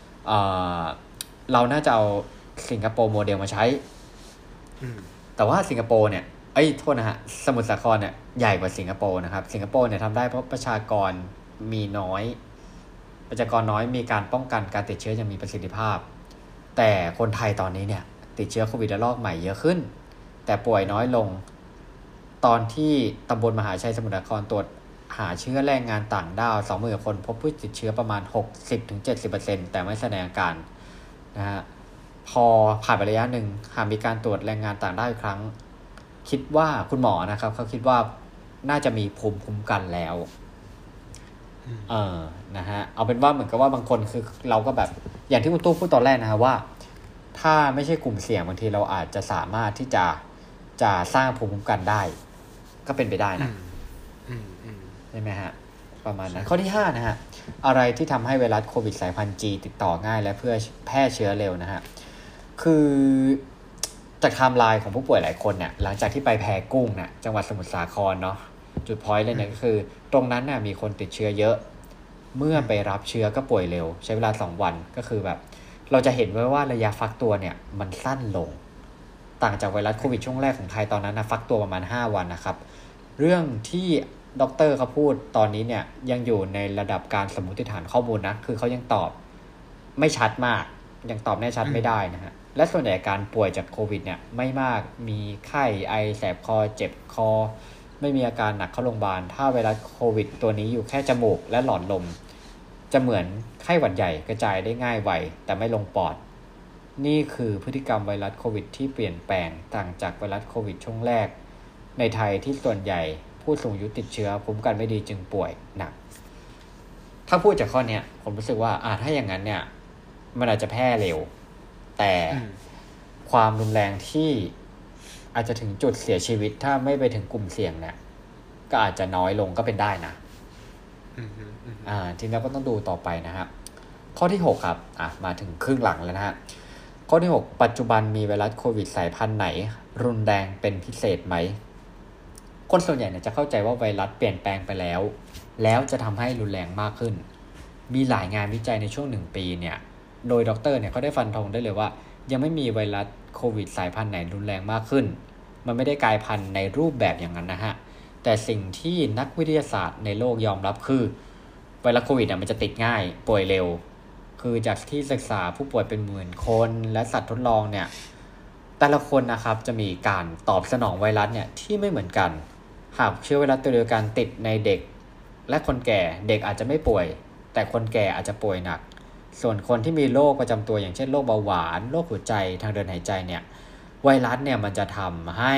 เราน่าจะเอาสิงคโปร์โมเดลมาใช้แต่ว่าสิงคโปร์เนี่ยโทษนะฮะสมุทรสาครเนี่ยใหญ่กว่าสิงคโปร์นะครับสิงคโปร์เนี่ยทำได้เพราะประชากรน้อยมีการป้องกันการติดเชื้ออย่างมีประสิทธิภาพแต่คนไทยตอนนี้เนี่ยติดเชื้อโควิดระลอกใหม่เยอะขึ้นแต่ป่วยน้อยลงตอนที่ตำบลมหาชัยสมุทรสาครตรวจหาเชื้อแรงงานต่างด้าว 20,000 คนพบผู้ติดเชื้อประมาณ 60-70% แต่ไม่แสดงอาการนะฮะพอผ่านไประยะหนึ่งหากมีการตรวจแรงงานต่างด้าวอีกครั้งคิดว่าคุณหมอนะครับเขาคิดว่าน่าจะมีภูมิคุ้มกันแล้วนะฮะเอาเป็นว่าเหมือนกับว่าบางคนคือเราก็แบบอย่างที่คุณตู้พูดตอนแรกนะฮะว่าถ้าไม่ใช่กลุ่มเสี่ยงบางทีเราอาจจะสามารถที่จะสร้างภูมิคุ้มกันได้ก็เป็นไปได้นะใช่ไหมฮะประมาณนั้นข้อที่5นะฮะอะไรที่ทำให้ไวรัสโควิดสายพันธุ์ G ติดต่อง่ายและเพื่อแพร่เชื้อเร็วนะฮะคือจากไทม์ไลน์ของผู้ป่วยหลายคนเนี่ยหลังจากที่ไปแพกุ้งเนี่ยจังหวัดสมุทรสาครเนาะจุดพอยต์เลยเนี่ยก็คือตรงนั้นน่ะมีคนติดเชื้อเยอะเมื่อไปรับเชื้อก็ป่วยเร็วใช้เวลา2 วันก็คือแบบเราจะเห็นไว้ว่าระยะฟักตัวเนี่ยมันสั้นลงต่างจากไวรัสโควิดช่วงแรกของไทยตอนนั้นนะฟักตัวประมาณ5 วันนะครับเรื่องที่ด็อกเตอร์เขาพูดตอนนี้เนี่ยยังอยู่ในระดับการสมมติฐานข้อมูลนะคือเขายังตอบไม่ชัดมากยังตอบแน่ชัดไม่ได้นะฮะและส่วนใหญ่การป่วยจากโควิดเนี่ยไม่มากมีไข้ไอแสบคอเจ็บคอไม่มีอาการหนักเข้าโรงพยาบาลถ้าไวรัสโควิดตัวนี้อยู่แค่จมูกและหลอดลมจะเหมือนไข้หวัดใหญ่กระจายได้ง่ายไวแต่ไม่ลงปอดนี่คือพฤติกรรมไวรัสโควิดที่เปลี่ยนแปลงต่างจากไวรัสโควิดช่วงแรกในไทยที่ส่วนใหญ่ผู้สูงอายุติดเชื้อภูมิคุ้มกันไม่ดีจึงป่วยหนักถ้าพูดจากข้อนี้ผมรู้สึกว่าถ้าอย่างนั้นเนี่ยมันอาจจะแพร่เร็วแต่ความรุนแรงที่อาจจะถึงจุดเสียชีวิตถ้าไม่ไปถึงกลุ่มเสี่ยงเนี่ยก็อาจจะน้อยลงก็เป็นได้นะทีนี้ก็ต้องดูต่อไปนะครับข้อที่6ครับมาถึงครึ่งหลังแล้วนะฮะข้อที่6ปัจจุบันมีไวรัสโควิดสายพันธุ์ไหนรุนแรงเป็นพิเศษไหมคนส่วนใหญ่เนี่ยจะเข้าใจว่าไวรัสเปลี่ยนแปลงไปแล้วจะทำให้รุนแรงมากขึ้นมีหลายงานวิจัยในช่วง1 ปีเนี่ยโดยด็อกเตอร์เนี่ยเขาได้ฟันธงได้เลยว่ายังไม่มีไวรัสโควิดสายพันธุ์ไหนรุนแรงมากขึ้นมันไม่ได้กลายพันธุ์ในรูปแบบอย่างนั้นนะฮะแต่สิ่งที่นักวิทยาศาสตร์ในโลกยอมรับคือไวรัสโควิดมันจะติดง่ายป่วยเร็วคือจากที่ศึกษาผู้ป่วยเป็นหมื่นคนและสัตว์ทดลองเนี่ยแต่ละคนนะครับจะมีการตอบสนองไวรัสเนี่ยที่ไม่เหมือนกันหากเชื้อไวรัสตัวเดียวกันติดในเด็กและคนแก่เด็กอาจจะไม่ป่วยแต่คนแก่อาจจะป่วยหนักส่วนคนที่มีโรคประจำตัวอย่างเช่นโรคเบาหวานโรคหัวใจทางเดินหายใจเนี่ยไวรัสเนี่ยมันจะทำให้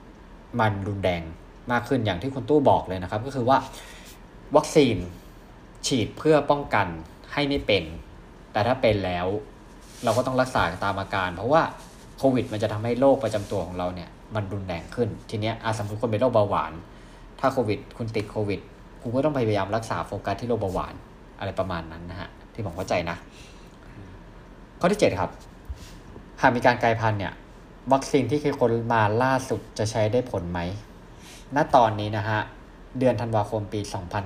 มันรุนแรงมากขึ้นอย่างที่คุณตู้บอกเลยนะครับก็คือว่าวัคซีนฉีดเพื่อป้องกันให้ไม่เป็นแต่ถ้าเป็นแล้วเราก็ต้องรักษาตามอาการเพราะว่าโควิดมันจะทำให้โรคประจำตัวของเราเนี่ยมันรุนแรงขึ้นทีเนี้ยสมมติคนเป็นโรคเบาหวานถ้าโควิดคุณติดโควิดคุณก็ต้องพยายามรักษาโฟกัสที่โรคเบาหวานอะไรประมาณนั้นนะฮะที่ผมเข้าใจนะข้อที่7ครับหากมีการกลายพันธุ์เนี่ยวัคซีนที่คิดค้นมาล่าสุดจะใช้ได้ผลไหมณตอนนี้นะฮะเดือนธันวาคมปี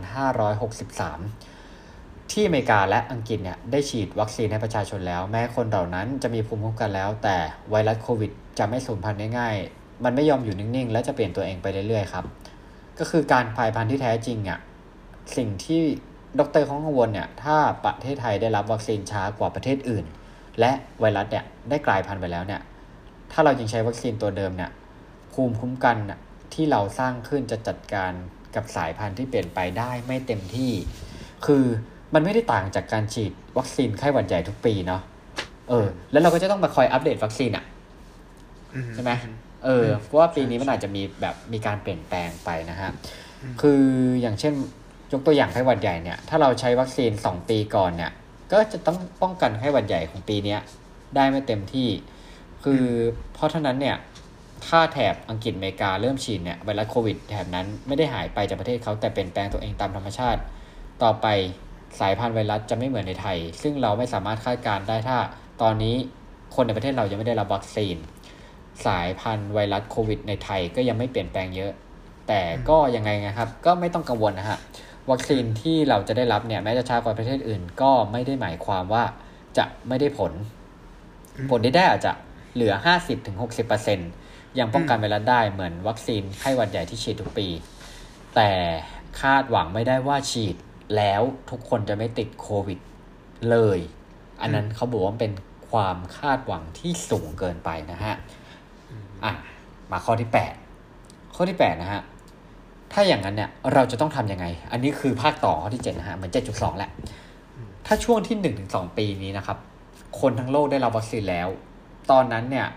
2563 ที่อเมริกาและอังกฤษเนี่ยได้ฉีดวัคซีนให้ประชาชนแล้วแม้คนเหล่านั้นจะมีภูมิคุ้มกันแล้วแต่ไวรัสโควิดจะไม่สูญพันธุ์ง่ายๆมันไม่ยอมอยู่นิ่งๆและจะเปลี่ยนตัวเองไปเรื่อยๆครับก็คือการกลายพันธุ์ที่แท้จริงอ่ะสิ่งที่ดร.เขากังวลเนี่ยถ้าประเทศไทยได้รับวัคซีนช้ากว่าประเทศอื่นและไวรัสเนี่ยได้กลายพันธุ์ไปแล้วเนี่ยถ้าเรายังใช้วัคซีนตัวเดิมเนี่ยภูมิคุ้มกันที่เราสร้างขึ้นจะจัดการกับสายพันธุ์ที่เปลี่ยนไปได้ไม่เต็มที่คือมันไม่ได้ต่างจากการฉีดวัคซีนไข้หวัดใหญ่ทุกปีเนาะแล้วเราก็จะต้องมาคอยอัปเดตวัคซีนใช่ไหมเพราะว่าปีนี้มันอาจจะมีการเปลี่ยนแปลงไปนะฮะคืออย่างเช่นยกตัวอย่างไข้หวัดใหญ่เนี่ยถ้าเราใช้วัคซีน2ปีก่อนเนี่ยก็จะต้องป้องกันไข้หวัดใหญ่ของปีนี้ได้ไม่เต็มที่คือเพราะเท่านั้นเนี่ยถ้าแถบอังกฤษอเมริกาเริ่มฉีดเนี่ยไวรัสโควิดแถบนั้นไม่ได้หายไปจากประเทศเขาแต่เปลี่ยนแปลงตัวเองตามธรรมชาติต่อไปสายพันธุ์ไวรัสจะไม่เหมือนในไทยซึ่งเราไม่สามารถคาดการณ์ได้ถ้าตอนนี้คนในประเทศเรายังไม่ได้รับวัคซีนสายพันธุ์ไวรัสโควิดในไทยก็ยังไม่เปลี่ยนแปลงเยอะแต่ก็ยังไงนะครับก็ไม่ต้องกังวลนะฮะวัคซีนที่เราจะได้รับเนี่ยแม้จะช้ากว่าประเทศอื่นก็ไม่ได้หมายความว่าจะไม่ได้ผลที่ได้อาจจะเหลือ 50-60% ยังป้องกันไวรัสได้เหมือนวัคซีนไข้หวัดใหญ่ที่ฉีดทุกปีแต่คาดหวังไม่ได้ว่าฉีดแล้วทุกคนจะไม่ติดโควิดเลยอันนั้นเขาบอกว่าเป็นความคาดหวังที่สูงเกินไปนะฮะมาข้อที่8นะฮะถ้าอย่างนั้นเนี่ยเราจะต้องทำยังไงอันนี้คือภาคต่อข้อที่7นะฮะเหมือน 7.2 แหละถ้าช่วงที่ 1-2 ปีนี้นะครับคนทั้งโลกได้รับวัคซีนแล้วตอนนั้นเนี่ย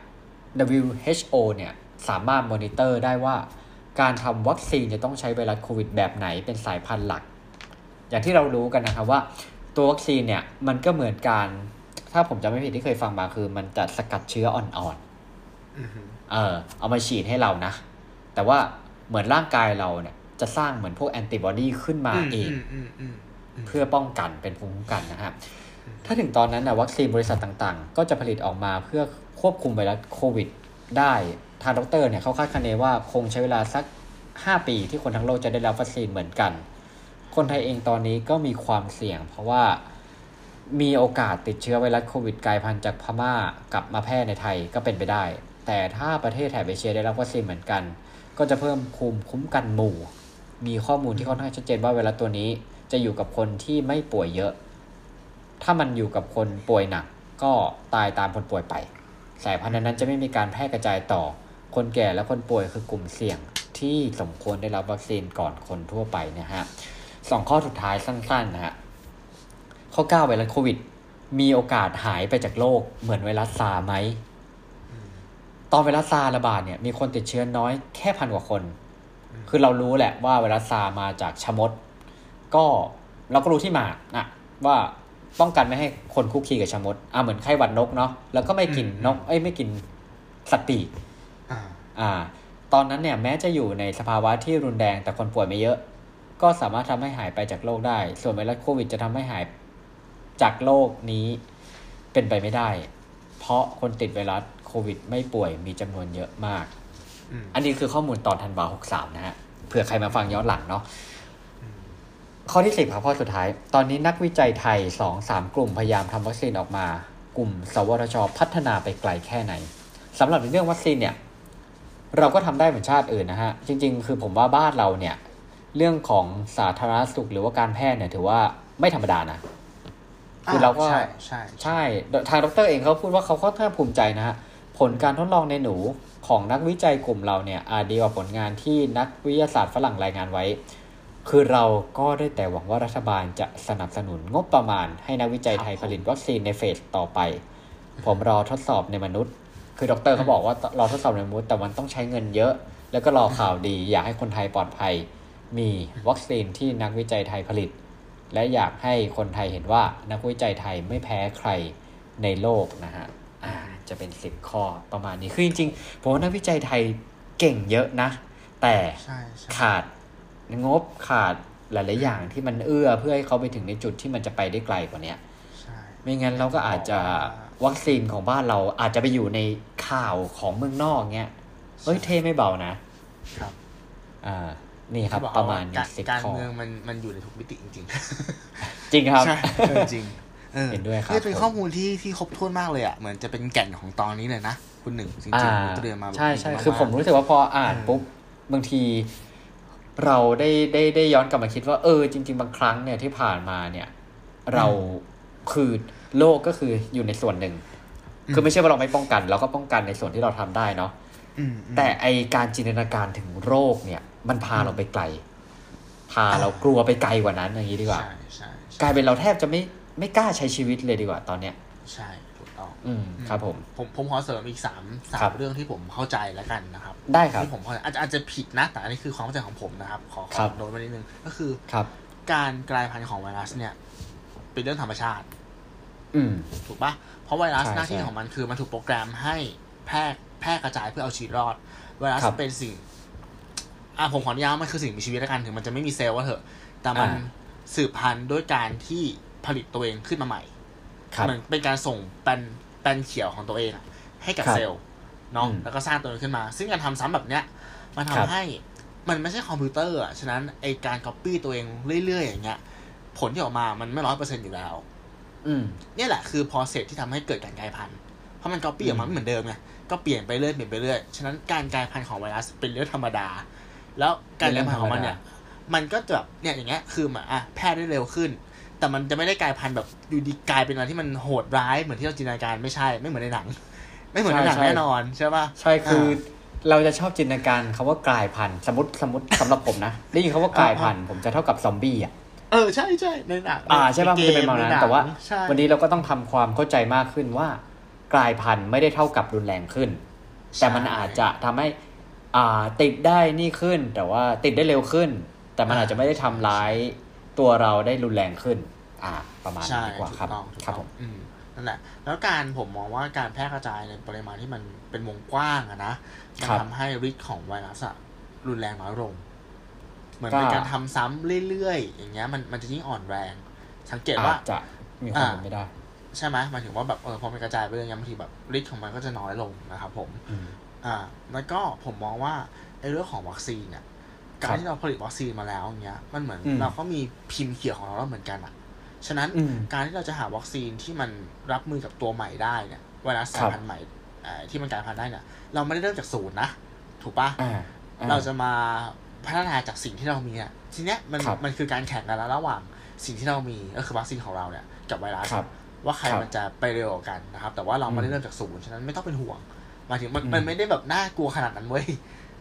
WHO เนี่ยสามารถมอนิเตอร์ได้ว่าการทำวัคซีนจะต้องใช้ไวรัสโควิดแบบไหนเป็นสายพันธุ์หลักอย่างที่เรารู้กันนะครับว่าตัววัคซีนเนี่ยมันก็เหมือนการถ้าผมจำไม่ผิดที่เคยฟังมาคือมันจะสกัดเชื้ออ่อนๆเอามาฉีดให้เรานะแต่ว่าเหมือนร่างกายเราเนี่ยจะสร้างเหมือนพวกแอนติบอดีขึ้นมาเองเพื่อป้องกันเป็นภูมิคุ้มกันนะครับถ้าถึงตอนนั้นนะวัคซีนบริษัทต่างๆก็จะผลิตออกมาเพื่อควบคุมไวรัสโควิดได้ทางดร.เนี่ยเขาคาดคะเนว่าคงใช้เวลาสัก5 ปีที่คนทั้งโลกจะได้รับวัคซีนเหมือนกันคนไทยเองตอนนี้ก็มีความเสี่ยงเพราะว่ามีโอกาสติดเชื้อไวรัสโควิดกลายพันธุ์จากพม่ากลับมาแพร่ในไทยก็เป็นไปได้แต่ถ้าประเทศแถบเอเชียได้รับวัคซีนเหมือนกันก็จะเพิ่มภูมิคุ้มกันหมู่มีข้อมูลที่ค่อนข้างชัดเจนว่าไวรัสตัวนี้จะอยู่กับคนที่ไม่ป่วยเยอะถ้ามันอยู่กับคนป่วยหนักก็ตายตามคนป่วยไปสายพันธุ์นั้นจะไม่มีการแพร่กระจายต่อคนแก่และคนป่วยคือกลุ่มเสี่ยงที่สมควรได้รับวัคซีนก่อนคนทั่วไปนะฮะ2 ข้อสุดท้ายสั้นๆนะฮะข้อ 9ไวรัสโควิดมีโอกาสหายไปจากโลกเหมือนไวรัสซาร์ไหมตอนไวรัสซาร์ระบาดเนี่ยมีคนติดเชื้อน้อยแค่1,000 กว่าคนคือเรารู้แหละว่าไวรัสซาร์มาจากชะมดก็เราก็รู้ที่มาว่าป้องกันไม่ให้คนคุกคีกับชะมดเหมือนไข้หวัดนกเนาะแล้วก็ไม่กินนกไม่กินสัตว์ปีกตอนนั้นเนี่ยแม้จะอยู่ในสภาวะที่รุนแรงแต่คนป่วยไม่เยอะก็สามารถทำให้หายไปจากโลกได้ส่วนไวรัสโควิดจะทำให้หายจากโลกนี้เป็นไปไม่ได้เพราะคนติดไวรัสโควิดไม่ป่วยมีจำนวนเยอะมากอันนี้คือข้อมูลตอนธันวาคม 63นะฮะเผื่อใครมาฟังย้อนหลังเนาะข้อที่10ครับข้อสุดท้ายตอนนี้นักวิจัยไทย 2-3 กลุ่มพยายามทำวัคซีนออกมากลุ่มสวทช.พัฒนาไปไกลแค่ไหนสำหรับในเรื่องวัคซีนเนี่ยเราก็ทำได้เหมือนชาติอื่นนะฮะจริงๆคือผมว่าบ้านเราเนี่ยเรื่องของสาธารณสุขหรือว่าการแพทย์เนี่ยถือว่าไม่ธรรมดานะคือเราก็ใช่ทางดร.เองเขาพูดว่าเขาค่อนข้างภูมิใจนะฮะผลการทดลองในหนูของนักวิจัยกลุ่มเราเนี่ยดีกว่าผลงานที่นักวิทยาศาสตร์ฝรั่งรายงานไว้คือเราก็ได้แต่หวังว่ารัฐบาลจะสนับสนุนงบประมาณให้นักวิจัยไทยผลิตวัคซีนในเฟสต่อไปผมรอทดสอบในมนุษย์คือดร.เขาบอกว่ารอทดสอบในมนุษย์แต่มันต้องใช้เงินเยอะแล้วก็รอข่าวดีอยากให้คนไทยปลอดภัยมีวัคซีนที่นักวิจัยไทยผลิตและอยากให้คนไทยเห็นว่านักวิจัยไทยไม่แพ้ใครในโลกนะฮะจะเป็น10ข้อประมาณนี้คือจริงๆผมว่านักวิจัยไทยเก่งเยอะนะแต่ขาดงบขาดหลายๆอย่างที่มันเพื่อให้เขาไปถึงในจุดที่มันจะไปได้ไกลกว่านี้ไม่งั้นเราก็อาจจะวัคซีนของบ้านเราอาจจะไปอยู่ในข่าวของเมืองนอกเงี้ยเท่ไม่เบานะครับนี่ครับประมาณนี้10ข้อการเมืองมันอยู่ในทุกมิติจริงๆจริงครับใช่จริงเห็นด้วยครับนี่เป็นข้อมูลที่ครบถ้วนมากเลยอ่ะเหมือนจะเป็นแก่นของตอนนี้เลยนะคุณหนึ่งจริงๆเตรียมมาใช่ใช่คือผมรู้สึกว่าพออ่านปุ๊บบางทีเราได้ย้อนกลับมาคิดว่าจริงๆบางครั้งเนี่ยที่ผ่านมาเนี่ยเราคือโลกก็คืออยู่ในส่วนหนึ่งคือไม่ใช่ว่าเราไม่ป้องกันเราก็ป้องกันในส่วนที่เราทำได้เนาะแต่ไอการจินตนาการถึงโรคเนี่ยมันพาเราไปไกลพาเรากลัวไปไกลกว่านั้นอย่างนี้ดีกว่ากลายเป็นเราแทบจะไม่กล้าใช้ชีวิตเลยดีกว่าตอนเนี้ยใช่ถูกต้องครับผมขอเสริมอีก3เรื่องที่ผมเข้าใจแล้วกันนะครับได้ครับที่ผมอาจจะผิดนะแต่อันนี้คือความเข้าใจของผมนะครับขอโน้ตไว้นิดนึงก็คือการกลายพันธุ์ของไวรัสเนี่ยเป็นเรื่องธรรมชาติถูกปะเพราะไวรัสหน้าที่ของมันคือมันถูกโปรแกรมให้แพร่กระจายเพื่อเอาชีวิตรอดไวรัสเป็นสิ่งผมขออนุญาตมันคือสิ่งมีชีวิตแล้วกันถึงมันจะไม่มีเซลล์ว่าเถอะแต่มันสืบพันธุ์ด้วยการที่ผลิตตัวเองขึ้นมาใหม่มันเป็นการส่งแปนเขียวของตัวเองให้กับเซลล์เนาะแล้วก็สร้างตัวเองขึ้นมาซึ่งการทำซ้ำแบบเนี้ยมันทำให้มันไม่ใช่คอมพิวเตอร์ฉะนั้นไอการ copy ตัวเองเรื่อยๆอย่างเงี้ยผลที่ออกมามันไม่ 100% อยู่แล้วเนี่ยแหละคือ process ที่ทำให้เกิดการกลายพันธุ์เพราะมัน copy ออกมาไม่เหมือนเดิมไงก็เปลี่ยนไปเรื่อยฉะนั้นการกลายพันธุ์ของไวรัสเป็นเรื่องธรรมดาแล้วการกลายพันธุ์ของมันเนี่ยมันก็จะแบบเนี่ยอย่างเงี้ยคือมันแพร่ได้เร็วขึ้นแต่มันจะไม่ได้กลายพันธุ์แบบอยู่ดีกลายเป็นอะไรที่มันโหดร้ายเหมือนที่เราจินตนาการไม่ใช่ไม่เหมือนในหนังไม่เหมือนในหนังแน่นอนใช่ป่ะใช่คือเราจะชอบจินตนาการคำว่ากลายพันธุ์สมมติสำหรับผมนะได้ยินคำว่ากลายพันธุ์ผมจะเท่ากับซอมบี้ใช่ในหนังใช่ป่ะมันจะเป็นประมาณนั้นแต่ว่าวันนี้เราก็ต้องทำความเข้าใจมากขึ้นว่ากลายพันธุ์ไม่ได้เท่ากับรุนแรงขึ้นแต่มันอาจจะทำให้ติดได้นี่ขึ้นแต่ว่าติดได้เร็วขึ้นแต่มันอาจจะไม่ได้ทำร้ายตัวเราได้รุนแรงขึ้นประมาณนี้ดีกว่าครับครับผมนั่นแหละแล้วผมมองว่าการแพร่กระจายในปริมาณที่มันเป็นวงกว้างนะมันทำให้ฤทธิ์ของไวรัสรุนแรงน้อยลงเหมือนเป็นการทำซ้ำเรื่อยๆอย่างเงี้ยมันจะยิ่งอ่อนแรงสังเกตว่าจะมีความเป็นไม่ได้ใช่ไหมหมายถึงว่าแบบพอมันกระจายไปเรื่อยๆบางทีแบบฤทธิ์ของมันก็จะน้อยลงนะครับผมแล้วก็ผมมองว่าไอ้เรื่องของวัคซีนเนี่ยการที่เราผลิตวัคซีนมาแล้วอย่างเงี้ยมันเหมือนเราก็มีพิมพ์เขียวของเราแล้วเหมือนกันฉะนั้นการที่เราจะหาวัคซีนที่มันรับมือกับตัวใหม่ได้เนี่ยไวรัสสายพันธุ์ใหม่ที่มันกลายพันธุ์ได้เนี่ยเราไม่ได้เริ่มจากศูนย์นะถูกปะเราจะมาพัฒนาจากสิ่งที่เรามีเนี่ยทีเนี้ยมันคือการแข่งกันระหว่างสิ่งที่เรามีก็คือวัคซีนของเราเนี่ยกับไวรัสว่าใครมันจะไปเร็วกว่ากันนะครับแต่ว่าเราไม่ได้เริ่มจากศูนย์ฉะนั้นไม่ต้องเป็นห่วงหมายถึงมันไม่ได้แบบน่ากลัวขนาดนั้นเว้ย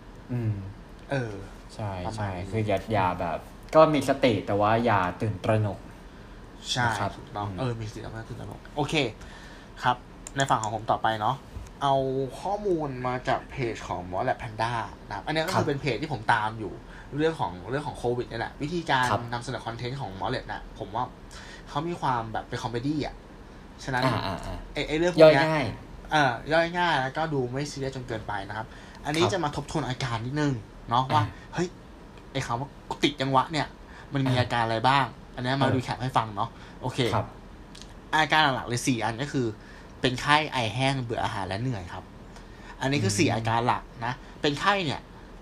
ใช่ใช่คืออย่าแบบก็มีสติแต่ว่าอย่าตื่นตระหนกใช่ถูกต้องมีสติแล้วไม่ตื่นตระหนกโอเคครับในฝั่งของผมต่อไปเนาะเอาข้อมูลมาจากเพจของ Moslab Panda นะครับอันนี้ก็คือเป็นเพจที่ผมตามอยู่เรื่องของโควิดนี่แหละวิธีการนำเสนอคอนเทนต์ของ Moslab นะผมว่าเขามีความแบบเป็นคอมเมดี้ฉะนั้นไอ้เรื่องพวกนี้ย่อยง่ายแล้วก็ดูไม่ซีเรียสจนเกินไปนะครับอันนี้จะมาทบทวนอาการนิดนึงเนาะว่าเฮ้ยไอ้คำว่าติดจังหวะเนี่ยมันมีอาการอะไรบ้างอันนี้มาดูแคปให้ฟังเนาะโอเคอาการหลักๆเลย4อันก็คือเป็นไข้ไอแห้งเบื่ออาหารและเหนื่อยครับอันนี้คือ4อาการหลักนะเป็นไข้เนี่ย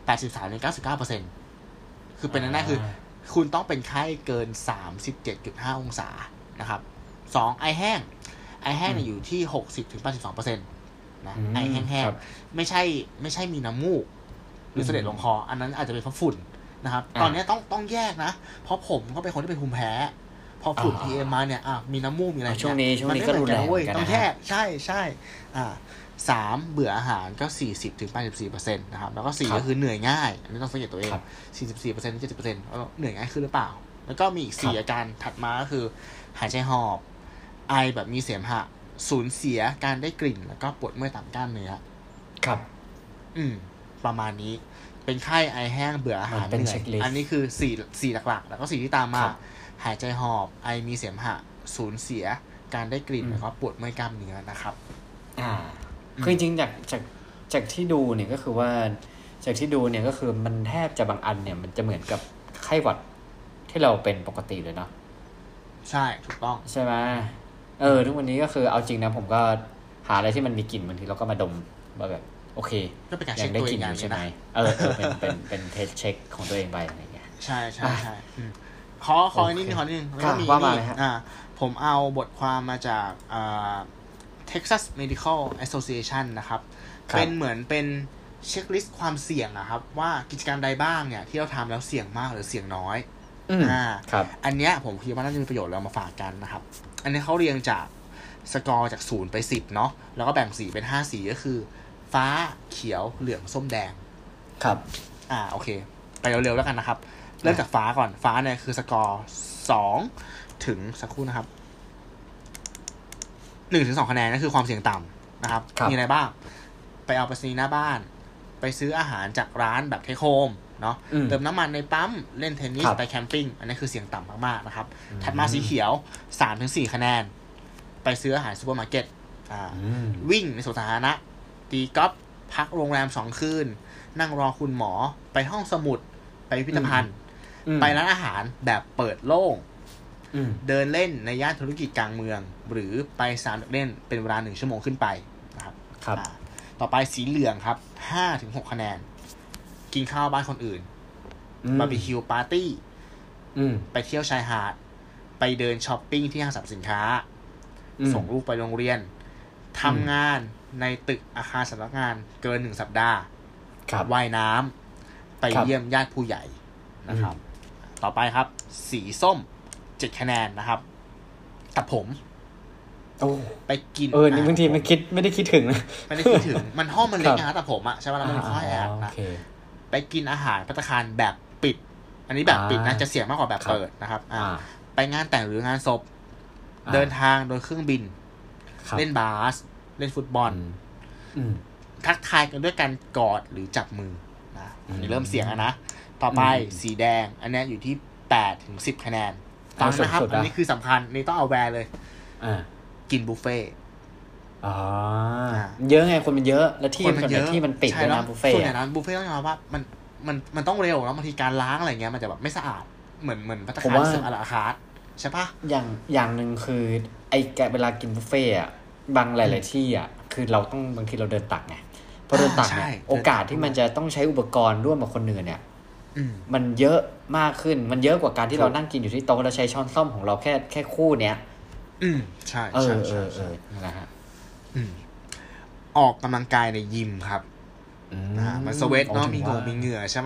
83-99% คือเป็นแน่ๆคือคุณต้องเป็นไข้เกิน 37.5 องศานะครับ2ไอแห้งเนี่ยอยู่ที่ 60-82% นะไอแห้งๆไม่ใช่มีน้ำมูกหรือเสด็จลงคออันนั้นอาจจะเป็นเพราะฝุ่นนะครับตอนนี้ต้องแยกนะเพราะผมก็เป็นคนที่เป็นภูมิแพ้พอฝุ่น PM มาเนี่ยมีน้ำมูกมีอะไรช่วงนี้ก็รุนแรงต้องแยกใช่3เบื่ออาหารก็ 40-84% นะครับแล้วก็4ก็คือเหนื่อยง่ายอันนี้ต้องสังเกตตัวเอง 44% 70% เหนื่อยง่ายขึ้นหรือเปล่าแล้วก็มีอีก4อาการถัดมาก็คือหายใจหอบไอแบบมีเสมหะสูญเสียการได้กลิ่นแล้วก็ปวดเมื่อยตามกล้ามเนื้อครับประมาณนี้เป็นไข้ไอแห้งเบื่ออาหารเหนื่อยอันนี้คือ4หลักๆแล้วก็4ที่ตามมาหายใจหอบไอมีเสมหะสูญเสียการได้กลิ่นแล้วก็ปวดเมื่อยกล้ามเนื้อนะครับคือจริงๆจากที่ดูเนี่ยก็คือว่าจากที่ดูเนี่ยก็คือมันแทบจะบางอันเนี่ยมันจะเหมือนกับไข้หวัดที่เราเป็นปกติเลยเนาะใช่ถูกต้องใช่ไหมทุกวันนี้ก็คือเอาจริงนะผมก็หาอะไรที่มันมีกลิ่นบางทีเราก็มาดมว่าแบบโอเคก็เป็นการเช็คตัวเองใช่ไหมเป็นเทสเช็คของตัวเองไปอะไรเงี้ยใช่ใช่ใช่ขอนิดนึงแล้วก็มีผมเอาบทความมาจากTexas Medical Association นะครับเป็นเหมือนเป็นเช็คลิสต์ความเสี่ยงนะครับว่ากิจกรรมใดบ้างเนี่ยที่เราทำแล้วเสี่ยงมากหรือเสี่ยงน้อยอันเนี้ยผมคิดว่าน่าจะมีประโยชน์เรามาฝากกันนะครับอันนี้เขาเรียงจากสกอร์จาก0ไป10เนาะแล้วก็แบ่งสีเป็น5สีก็คือฟ้าเขียวเหลืองส้มแดงครับโอเคไปเร็วๆแล้วกันนะครับเริ่มจากฟ้าก่อนฟ้าเนี่ยคือสกอร์2ถึงสักครู่นะครับ1ถึง2คะแนนนั่นคือความเสี่ยงต่ำนะครับมีอะไรบ้างไปเอาไปซื้อหน้าบ้านไปซื้ออาหารจากร้านแบบเทคโฮมเนาะเติมน้ำมันในปั๊มเล่นเทนนิสไปแคมปิ้งอันนี้คือเสี่ยงต่ำมากๆนะครับถัดมาสีเขียว 3-4 คะแนนไปซื้ออาหารซูเปอร์มาร์เก็ตวิ่งในสวนสาธารณะตีกอล์ฟพักโรงแรม2คืนนั่งรอคุณหมอไปห้องสมุดไปพิพิธภัณฑ์ไปร้านอาหารแบบเปิดโล่งเดินเล่นในย่านธุรกิจกลางเมืองหรือไปสนามเล่นเป็นเวลา1ชั่วโมงขึ้นไปนะครับต่อไปสีเหลืองครับ 5-6 คะแนนกินข้าวบ้านคนอื่นบาร์บีคิวปาร์ตี้ไปเที่ยวชายหาดไปเดินช้อปปิ้งที่ห้างสรรพสินค้าส่งลูกไปโรงเรียนทำงานในตึกอาคารสำนักงานเกิน1สัปดาห์ว่ายน้ำไปเยี่ยมญาติผู้ใหญ่นะครับต่อไปครับสีส้ม7คะแนนนะครับตัดผมไปกินนี่บางทีไม่ได้คิดถึงนะไม่ได้คิดถึงมันห้องมันเล็กนะตัดผมใช่ไหมแล้วมันค่อยแอบนะไปกินอาหารภัตตาคารแบบปิดอันนี้แบบปิดนะจะเสี่ยงมากกว่าแบบเปิดนะครับไปงานแต่งหรืองานศพเดินทางโดยเครื่องบินเล่นบาสเล่นฟุตบอลทักทายกันด้วยการกอดหรือจับมือนะนี่เริ่มเสี่ยงแล้วนะต่อไปสีแดงอันนี้อยู่ที่8-10 คะแนนฟังนะครับอันนี้คือสำคัญนี่ต้องเอาแวร์เลยกินบุฟเฟ่เยอะไงคนมันเยอะแล้วที่มันปิดด้วยนะบุฟเฟ่ส่วนใหญ่นั้นบุฟเฟ่ต้องยอมรับว่ามันต้องเร็วแล้วบางทีการล้างอะไรเงี้ยมันจะแบบไม่สะอาดเหมือนภัตตาคารเสิร์ฟอะลาคาร์ทใช่ปะอย่างนึงคือไอ้เวลากินบุฟเฟ่อะบางหลายๆที่อะคือเราต้องบางทีเราเดินตักไงพอเดินตักเนี่ยโอกาสที่มันจะต้องใช้อุปกรณ์ร่วมกับคนอื่นเนี่ยมันเยอะมากขึ้นมันเยอะกว่าการที่เรานั่งกินอยู่ที่โต๊ะแล้วใช้ช้อนส้อมของเราแค่คู่เนี้ยใช่นะฮะออกกำลังกายในยิมครับมันสเวทเนาะมีเหงื่อใช่ไหม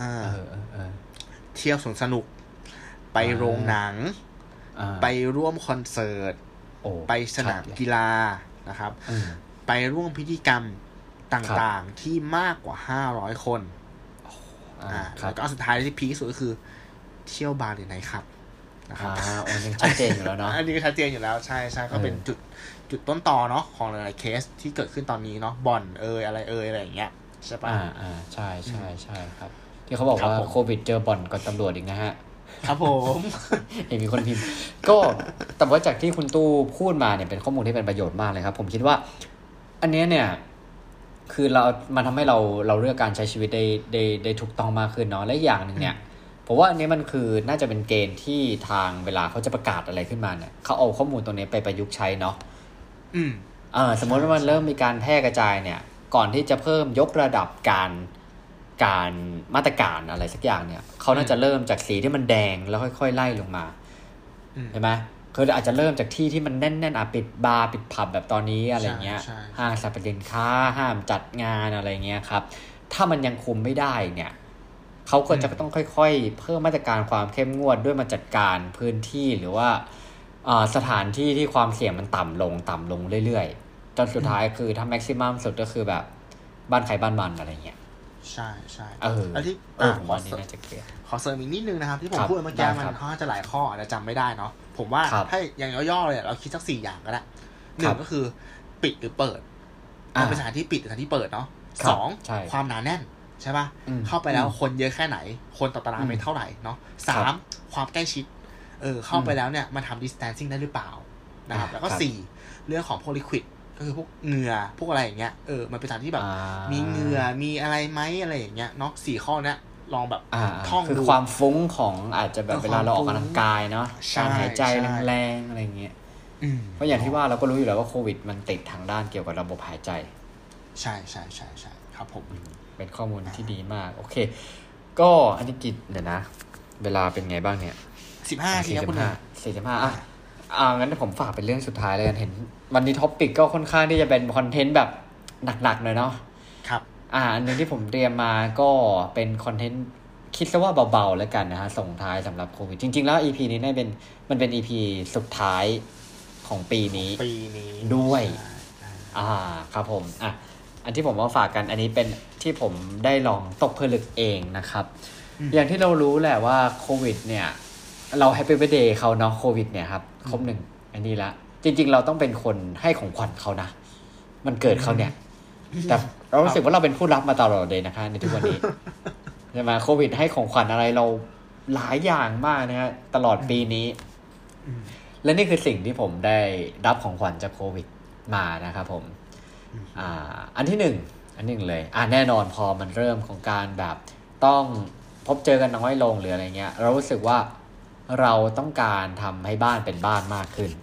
เที่ยวสวนสนุกไปโรงหนังไปร่วมคอนเสิร์ตไปสนามกีฬานะครับไปร่วมพิธีกรรมต่างๆที่มากกว่า500คนแล้วก็สุดท้ายที่พีคสุดก็คือเที่ยวบาร์หรือไนท์คลับนะครับอันนี้ชัดเจนอยู่แล้วเนาะอันนี้ก็ชัดเจนอยู่แล้วใช่ก็เป็นจุดต้นตอเนาะของหลายๆเคสที่เกิดขึ้นตอนนี้เนาะบ่อนอะไรอย่างเงี้ยใช่ป่ะใช่ครับที่เขาบอกว่าโควิดเจอบ่อนกับตำรวจอีกนะฮะครับผมเห็นมีคนพิมพ์ก็แต่ว่าจากที่คุณตู้พูดมาเนี่ยเป็นข้อมูลที่เป็นประโยชน์มากเลยครับผมคิดว่าอันนี้เนี่ยคือมันทำให้เราเลือกการใช้ชีวิตได้ถูกต้องมากขึ้นเนาะและอย่างนึงเนี่ยผมว่าอันนี้มันคือน่าจะเป็นเกณฑ์ที่ทางเวลาเขาจะประกาศอะไรขึ้นมาเนี่ยเขาเอาข้อมูลตรงนี้ไปประยุกต์ใช้เนาะสมมติว่ามันเริ่มมีการแพร่กระจายเนี่ยก่อนที่จะเพิ่มยกระดับการมาตรการอะไรสักอย่างเนี่ยเขาน่าจะเริ่มจากสีที่มันแดงแล้วค่อยๆไล่ลงมาใช่ไหมคืออาจจะเริ่มจากที่ที่มันแน่นๆปิดบาร์ปิดผับแบบตอนนี้อะไรเงี้ยห้างสรรพสินค้าห้ามจัดงานอะไรเงี้ยครับถ้ามันยังคุมไม่ได้เนี่ยเขาก็จะต้องค่อยๆเพิ่มมาตรการความเข้มงวดด้วยมาจัดการพื้นที่หรือว่าสถานที่ที่ความเสี่ยงมันต่ำลงเรื่อยๆจนสุดท้ายคือถ้าแม็กซิมัมสุดก็คือแบบบ้านใครบ้านมันอะไรเงี้ยใช่แล้วที่ผมว่านี่น่าจะเคลียร์ขอเสริมอีกนิดนึงนะครับที่ผมพูดเมื่อกี้มันค่อนข้างจะหลายข้อแต่จำไม่ได้เนาะผมว่าถ้าอย่างย่อๆเลยเราคิดสัก4อย่างก็ได้1ก็คือปิดหรือเปิดเป็นสถานที่ปิดหรือสถานที่เปิดเนาะ2ความหนาแน่นใช่ป่ะเข้าไปแล้วคนเยอะแค่ไหนคนต่อตารางเมตรเท่าไหร่เนาะ3ความใกล้ชิดเข้าไปแล้วเนี่ยมันทำ distancing ได้หรือเปล่านะครับแล้วก็4เรื่องของพวก liquid ก็คือพวกเหงื่อพวกอะไรอย่างเงี้ยมันเป็นสถานที่แบบมีเหงื่อมีอะไรไหมอะไรอย่างเงี้ยเนาะ4ข้อเนี้ยลองแบบท่องดูคือความฟุ้งของอาจจะแบบเวลาเราออกกำลังกายเนาะการหายใจแรงๆอะไรเงี้ยเพราะอย่างที่ว่าเราก็รู้อยู่แล้วว่าโควิดมันติดทางด้านเกี่ยวกับระบบหายใจใช่ครับผมเป็นข้อมูลที่ดีมากโอเคก็อันนี้กิจเดี๋ยวนะเวลาเป็นไงบ้างเนี่ย 15ทีครับคุณ 45งั้นผมฝากเป็นเรื่องสุดท้ายเลยกันเห็นวันนี้ท็อปิกก็ค่อนข้างที่จะเป็นคอนเทนต์แบบหนักๆหน่อยเนาะครับอันนึงที่ผมเตรียมมาก็เป็นคอนเทนต์คิดซะว่าเบาๆแล้วกันนะฮะส่งท้ายสำหรับโควิดจริงๆแล้ว EP นี้มันเป็น EP สุดท้ายของปีนี้ด้วยครับผมอันที่ผมมาฝากกันอันนี้เป็นที่ผมได้ลองตกผลึกเองนะครับอย่างที่เรารู้แหละว่าโควิดเนี่ยเราแฮปปี้เบิร์ธเดย์เขาเนาะโควิดเนี่ยครับครบ1อันนี้ละจริงๆเราต้องเป็นคนให้ของขวัญเขานะมันเกิดเขาเนี่ยแต่เรารู้สึกว่าเราเป็นผู้รับมาตลอดเลยนะคะในทุกวันนี้ใช่ไหมโควิดให้ของขวัญอะไรเราหลายอย่างมากนะฮะตลอดปีนี้และนี่คือสิ่งที่ผมได้รับของขวัญจากโควิดมานะครับผมอันที่1เลยแน่นอนพอมันเริ่มของการแบบต้องพบเจอกันน้อยลงหรืออะไรเงี้ยเรารู้สึกว่าเราต้องการทำให้บ้านเป็นบ้านมากขึ้น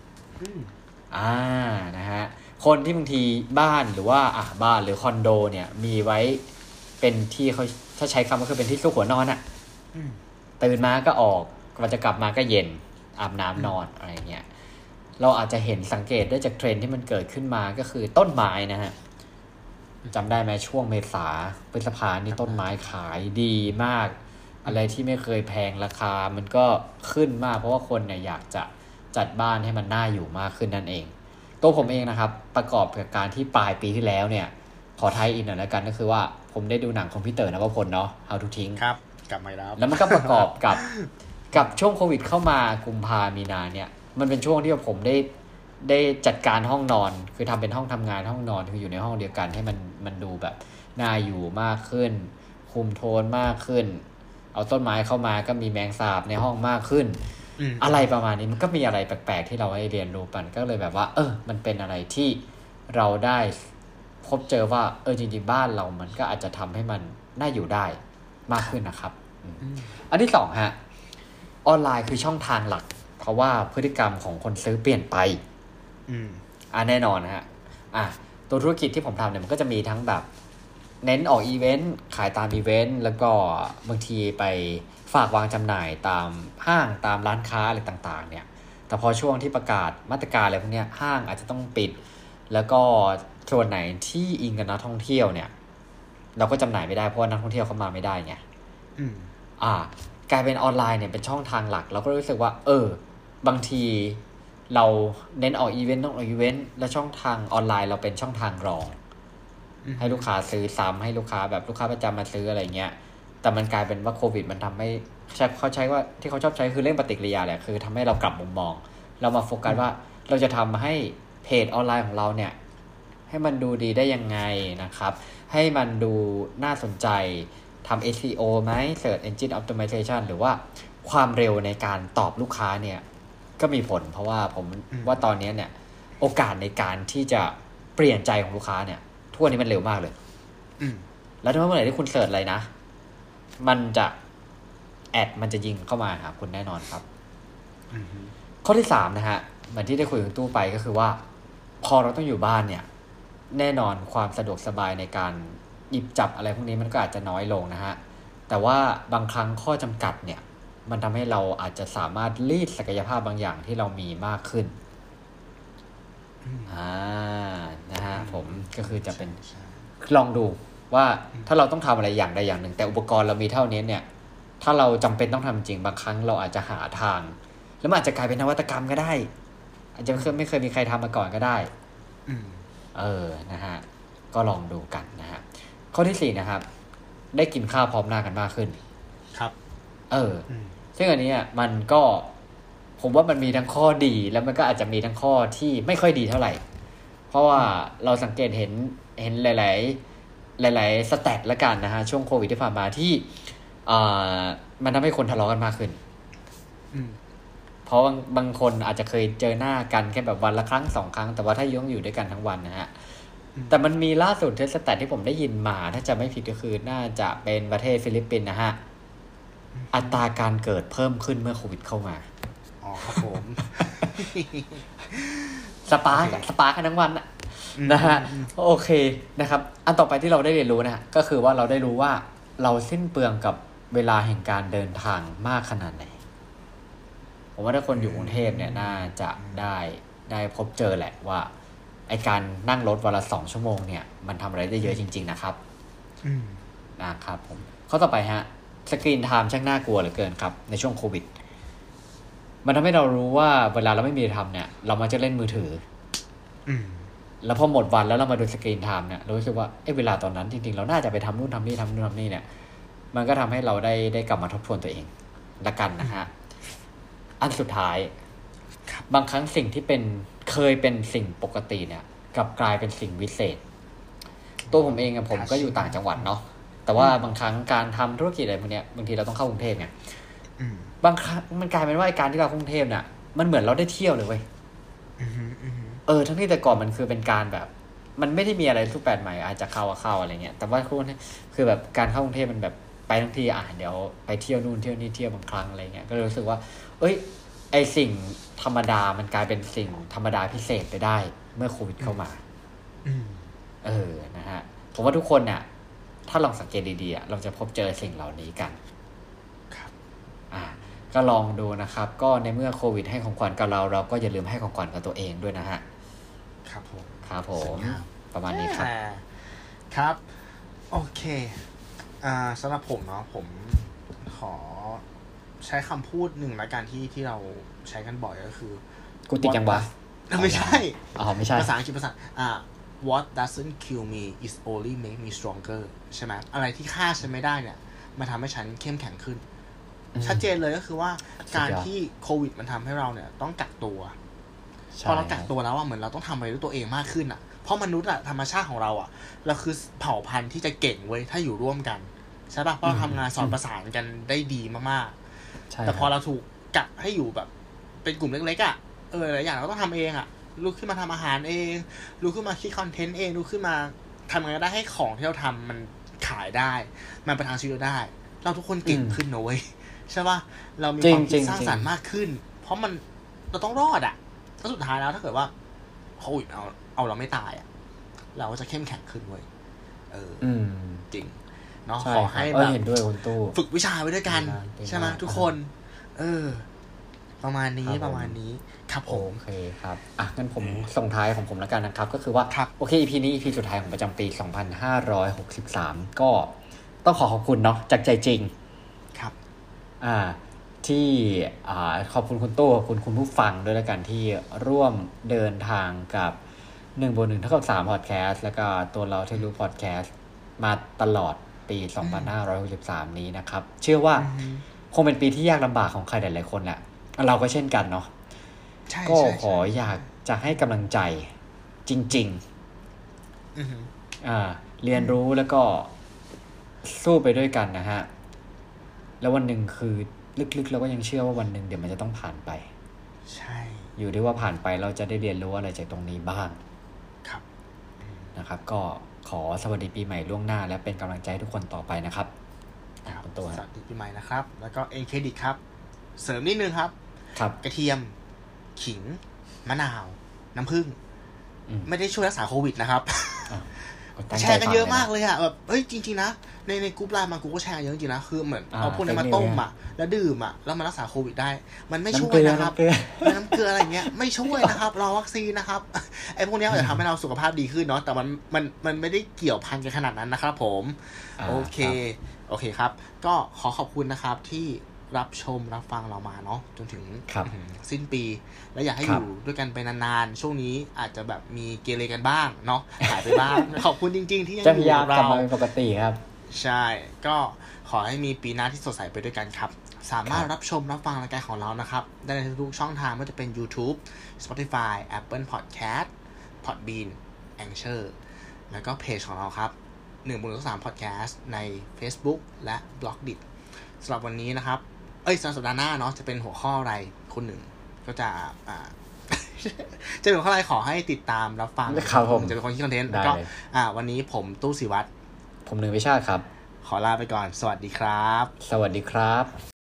นะฮะคนที่บางทีบ้านหรือว่าบ้านหรือคอนโดเนี่ยมีไว้เป็นที่เขาถ้าใช้คำก็คือเป็นที่ซุกหัวนอนตื่นมาก็ออกกว่าจะกลับมาก็เย็นอาบน้ำนอนอะไรเงี้ยเราอาจจะเห็นสังเกตได้จากเทรนด์ที่มันเกิดขึ้นมาก็คือต้นไม้นะฮะจำได้ไหมช่วงเมษาพฤษภานี่ต้นไม้ขายดีมากอะไรที่ไม่เคยแพงราคามันก็ขึ้นมากเพราะว่าคนเนี่ยอยากจะจัดบ้านให้มันน่าอยู่มากขึ้นนั่นเองตัวผมเองนะครับประกอบกับการที่ปลายปีที่แล้วเนี่ยขอไทยอินหน่อยแล้วกันก็คือว่าผมได้ดูหนังของพี่เต๋อนวพลเนาะ How to ทิ้งครับกลับมาแล้วมันก็ประกอบกับช่วงโควิดเข้ามากุมภามีนาเนี่ยมันเป็นช่วงที่ผมได้จัดการห้องนอนคือทำเป็นห้องทำงานห้องนอนคืออยู่ในห้องเดียวกันให้มันดูแบบน่าอยู่มากขึ้นคุมโทนมากขึ้นเอาต้นไม้เข้ามาก็มีแมงสาบในห้องมากขึ้นอะไรประมาณนี้มันก็มีอะไรแปลกๆที่เราให้เรียนรู้กันก็เลยแบบว่ามันเป็นอะไรที่เราได้พบเจอว่าจริงๆบ้านเรามันก็อาจจะทำให้มันน่าอยู่ได้มากขึ้นนะครับอันที่2ฮะออนไลน์คือช่องทางหลักเพราะว่าพฤติกรรมของคนซื้อเปลี่ยนไปแน่นอนนะฮะตัวธุรกิจที่ผมทำเนี่ยมันก็จะมีทั้งแบบเน้นออกอีเวนต์ขายตามอีเวนต์แล้วก็บางทีไปฝากวางจำหน่ายตามห้างตามร้านค้าอะไรต่างๆเนี่ยแต่พอช่วงที่ประกาศมาตรการอะไรพวกนี้ห้างอาจจะต้องปิดแล้วก็ส่วนไหนที่อิงกับนักท่องเที่ยวเนี่ยเราก็จำหน่ายไม่ได้เพราะนักท่องเที่ยวเขามาไม่ได้ไงกลายเป็นออนไลน์เนี่ยเป็นช่องทางหลักเราก็รู้สึกว่าบางทีเราเน้นออกอีเวนต์ต้องออกอีเวนต์และช่องทางออนไลน์เราเป็นช่องทางรองให้ลูกค้าซื้อซ้ำให้ลูกค้าแบบลูกค้าประจำมาซื้ออะไรเงี้ยแต่มันกลายเป็นว่าโควิดมันทำให้เขาใช้ว่าที่เขาชอบใช้คือเรื่องปฏิกิริยาแหละคือทำให้เรากลับมุมมองเรามาโฟกัสว่าเราจะทำให้เพจออนไลน์ของเราเนี่ยให้มันดูดีได้ยังไงนะครับให้มันดูน่าสนใจทำ SEO ไหม Search Engine Optimization หรือว่าความเร็วในการตอบลูกค้าเนี่ยก็มีผลเพราะว่าผมว่าตอนนี้เนี่ยโอกาสในการที่จะเปลี่ยนใจของลูกค้าเนี่ยทั่วนี้มันเร็วมากเลยแล้วถ้าเมื่อไหร่ที่คุณเสิร์ชอะไรนะมันจะแอดมันจะยิงเข้ามาหาคุณแน่นอนครับข้อที่3นะฮะเหมือนที่ได้คุยกับตู้ไปก็คือว่าพอเราต้องอยู่บ้านเนี่ยแน่นอนความสะดวกสบายในการหยิบจับอะไรพวกนี้มันก็อาจจะน้อยลงนะฮะแต่ว่าบางครั้งข้อจำกัดเนี่ยมันทำให้เราอาจจะสามารถรีดศักยภาพบางอย่างที่เรามีมากขึ้นนะฮะผมก็คือจะเป็นลองดูว่าถ้าเราต้องทำอะไรอย่างใดอย่างหนึ่งแต่อุปกรณ์เรามีเท่านี้เนี่ยถ้าเราจำเป็นต้องทำจริงบางครั้งเราอาจจะหาทางแล้วมันอาจจะกลายเป็นนวัตกรรมก็ได้อาจจะไม่เคยมีใครทำมาก่อนก็ได้นะฮะก็ลองดูกันนะฮะข้อที่4นะครับได้กินข้าวพร้อมหน้ากันมากขึ้นครับซึ่งอันนี้มันก็ผมว่ามันมีทั้งข้อดีแล้วมันก็อาจจะมีทั้งข้อที่ไม่ค่อยดีเท่าไหร่เพราะว่าเราสังเกตเห็นหลายสแตทละกันนะฮะช่วงโควิดที่ผ่านมาที่มันทำให้คนทะเลาะกันมากขึ้นเพราะบางคนอาจจะเคยเจอหน้ากันแค่แบบวันละครั้ง2ครั้งแต่ว่าถ้าย่องอยู่ด้วยกันทั้งวันนะฮะแต่มันมีล่าสุดสแตทที่ผมได้ยินมาถ้าจะไม่ผิดก็คือน่าจะเป็นประเทศฟิลิปปินส์นะฮะอัตราการเกิดเพิ่มขึ้นเมื่อโควิดเข้ามาอ๋อครับผมสปาร์กทั้งวันนะฮะโอเคนะครับอันต่อไปที่เราได้เรียนรู้นะฮะก็คือว่าเราได้รู้ว่าเราสิ้นเปลืองกับเวลาแห่งการเดินทางมากขนาดไหนผมว่าถ้าคนอยู่กรุงเทพเนี่ยน่าจะได้พบเจอแหละว่าไอการนั่งรถวันละ2 ชั่วโมงเนี่ยมันทำอะไรได้เยอะจริงๆนะครับนะครับผมข้อต่อไปฮะสกรีนไทม์ช่างน่ากลัวเหลือเกินครับในช่วงโควิดมันทำให้เรารู้ว่าเวลาเราไม่มีอะไรทำเนี่ยเรามักจะเล่นมือถือแล้วพอหมดวันแล้วเรามาดูสกรีนไทม์เนี่ยเรารู้สึกว่าเวลาตอนนั้นจริงๆเราน่าจะไปทำนู่นทำนี่เนี่ยมันก็ทำให้เราได้กลับมาทบทวนตัวเองละกันนะฮะอันสุดท้ายบางครั้งสิ่งที่เคยเป็นสิ่งปกติเนี่ยกลับกลายเป็นสิ่งวิเศษตัวผมเองผมก็อยู่ต่างจังหวัดเนาะแต่ว่าบางครั้งการทำธุรกิจอะไรพวกเนี้ยบางทีเราต้องเข้ากรุงเทพเนี่ยบางครั้งมันกลายเป็นว่าการที่เรากรุงเทพเนี่ยมันเหมือนเราได้เที่ยวเลยเว้ยทั้งที่แต่ก่อนมันคือเป็นการแบบมันไม่ได้มีอะไรทุกแปลกใหม่อาจจะเข้าอะไรเงี้ยแต่ว่าคือแบบการเข้ากรุงเทพมันแบบไปทั้งทีเดี๋ยวไปเที่ยวนู่นเที่ยวนี่เที่ยวบางครั้งอะไรเงี้ยก็เลยรู้สึกว่าไอสิ่งธรรมดามันกลายเป็นสิ่งธรรมดาพิเศษไปได้เมื่อโควิดเข้ามานะฮะผมว่าทุกคนเนี่ยถ้าลองสังเกตดีๆเราจะพบเจอสิ่งเหล่านี้กันครับก็ลองดูนะครับก็ในเมื่อโควิดให้ของขวัญกับเราก็อย่าลืมให้ของขวัญกับตัวเองด้วยนะฮะครับผมประมาณนี้ครับครับโอเคสำหรับผมเนาะผมขอใช้คำพูดหนึ่งละกันที่เราใช้กันบ่อยก็คือกูติดยังวะไม่ใช่ไม่ใช่ภาษาอังกฤษwhat doesn't kill me is only make me stronger ใช่ไหมอะไรที่ฆ่าฉันไม่ได้เนี่ยมันทำให้ฉันเข้มแข็งขึ้นชัดเจนเลยก็คือว่าการที่โควิดมันทำให้เราเนี่ยต้องกักตัวพอเรากักตัวแล้วเหมือนเราต้องทำอะไรด้วยตัวเองมากขึ้นเพราะมนุษย์ธรรมชาติของเราเราคือเผ่าพันธุ์ที่จะเก่งเว้ยถ้าอยู่ร่วมกันใช่ป่ะเพราะเราทำงานสอนประสานกันได้ดีมากๆแต่พอเราถูกกักให้อยู่แบบเป็นกลุ่มเล็กๆหลายอย่างเราต้องทำเองลุกขึ้นมาทำอาหารเองลุกขึ้นมาคิดคอนเทนต์เองลุกขึ้นมาทำไงได้ให้ของที่เราทำมันขายได้มันประทังชีวิตเราได้เราทุกคนเก่งขึ้นนะเว้ยใช่ป่ะเรามีความคิดสร้างสรรค์มากขึ้นเพราะมันเราต้องรอดแล้วสุดท้ายแล้วถ้าเกิดว่าโควิดเอาเราไม่ตายเราก็จะเข้มแข็งขึ้นเว้ยจริงเนาะขอให้แบบเห็นด้วยคุณตู้ฝึกวิชาไว้ด้วยกันใช่ไหมทุกคนประมาณนี้ครับผมโอเคครับงั้นผมส่งท้ายของผมแล้วกันนะครับก็คือว่าโอเค EP นี้ EP สุดท้ายของประจำปี 2563ก็ต้องขอบคุณเนาะจากใจจริงครับที่ขอบคุณคุณตู้ขอบคุณผู้ฟังด้วยแล้วกันที่ร่วมเดินทางกับ1+1 เท่ากับ3 Podcast แล้วก็ตัวเราที่รู้ Podcast มาตลอดปี 2563 นี้นะครับเชื่อว่าคงเป็นปีที่ยากลำบากของใครหลายๆคนแหละเราก็เช่นกันเนาะก็ขออยากจะให้กำลังใจจริงๆเรียนรู้แล้วก็สู้ไปด้วยกันนะฮะแล้ววันหนึ่งคือลึกๆเราก็ยังเชื่อว่าวันหนึ่งเดี๋ยวมันจะต้องผ่านไปใช่อยู่ที่ว่าผ่านไปเราจะได้เรียนรู้อะไรจากตรงนี้บ้างครับนะครับก็ขอสวัสดีปีใหม่ล่วงหน้าและเป็นกำลังใจให้ทุกคนต่อไปนะครับตัวสวัสดีปีใหม่นะครับแล้วก็เครดิตครับเสริมนิดนึงครับกระเทียมขิงมะนาวน้ำผึ้งไม่ได้ช่วยรักษาโควิดนะครับแชร์กันเยอะมากเลยแบบจริงๆนะในกลุ่มไลน์มากูก็แชร์เยอะจริงๆนะคือเหมือนเอาพวกนี้มาต้มแล้วดื่มแล้วมารักษาโควิดได้มันไม่ช่วยนะครับน้ำเกลืออะไรเงี้ยไม่ช่วยนะครับรอวัคซีนนะครับไอ้พวกนี้จะทำให้เราสุขภาพดีขึ้นเนาะแต่มันไม่ได้เกี่ยวพันกันขนาดนั้นนะครับผมโอเคครับก็ขอบคุณนะครับที่รับชมรับฟังเรามาเนาะจนถึงสิ้นปีและอยากให้อยู่ด้วยกันไปนานๆช่วงนี้อาจจะแบบมีเกเรกันบ้างเนาะหายไปบ้างขอบคุณจริงๆที่ยังอยู่กับเราเป็นปกติครับใช่ก็ขอให้มีปีหน้าที่สดใสไปด้วยกันครับสามารถรับชมรับฟังรายการของเรานะครับได้ในทุกช่องทางไม่ว่าจะเป็น YouTube Spotify Apple Podcast Podbean Anchor แล้วก็เพจของเราครับ1+3 Podcast ใน Facebook และ Blogdit สำหรับวันนี้นะครับสำหรับสัปดาห์หน้าเนาะจะเป็นหัวข้ออะไรคุณหนึ่งก็จะจะเป็นข้ออะไรขอให้ติดตามรับฟังผมจะเป็นคนคิดคอนเทนต์ก็วันนี้ผมตู้ศิวัตรผมหนึ่งวิชาติครับขอลาไปก่อนสวัสดีครับสวัสดีครับ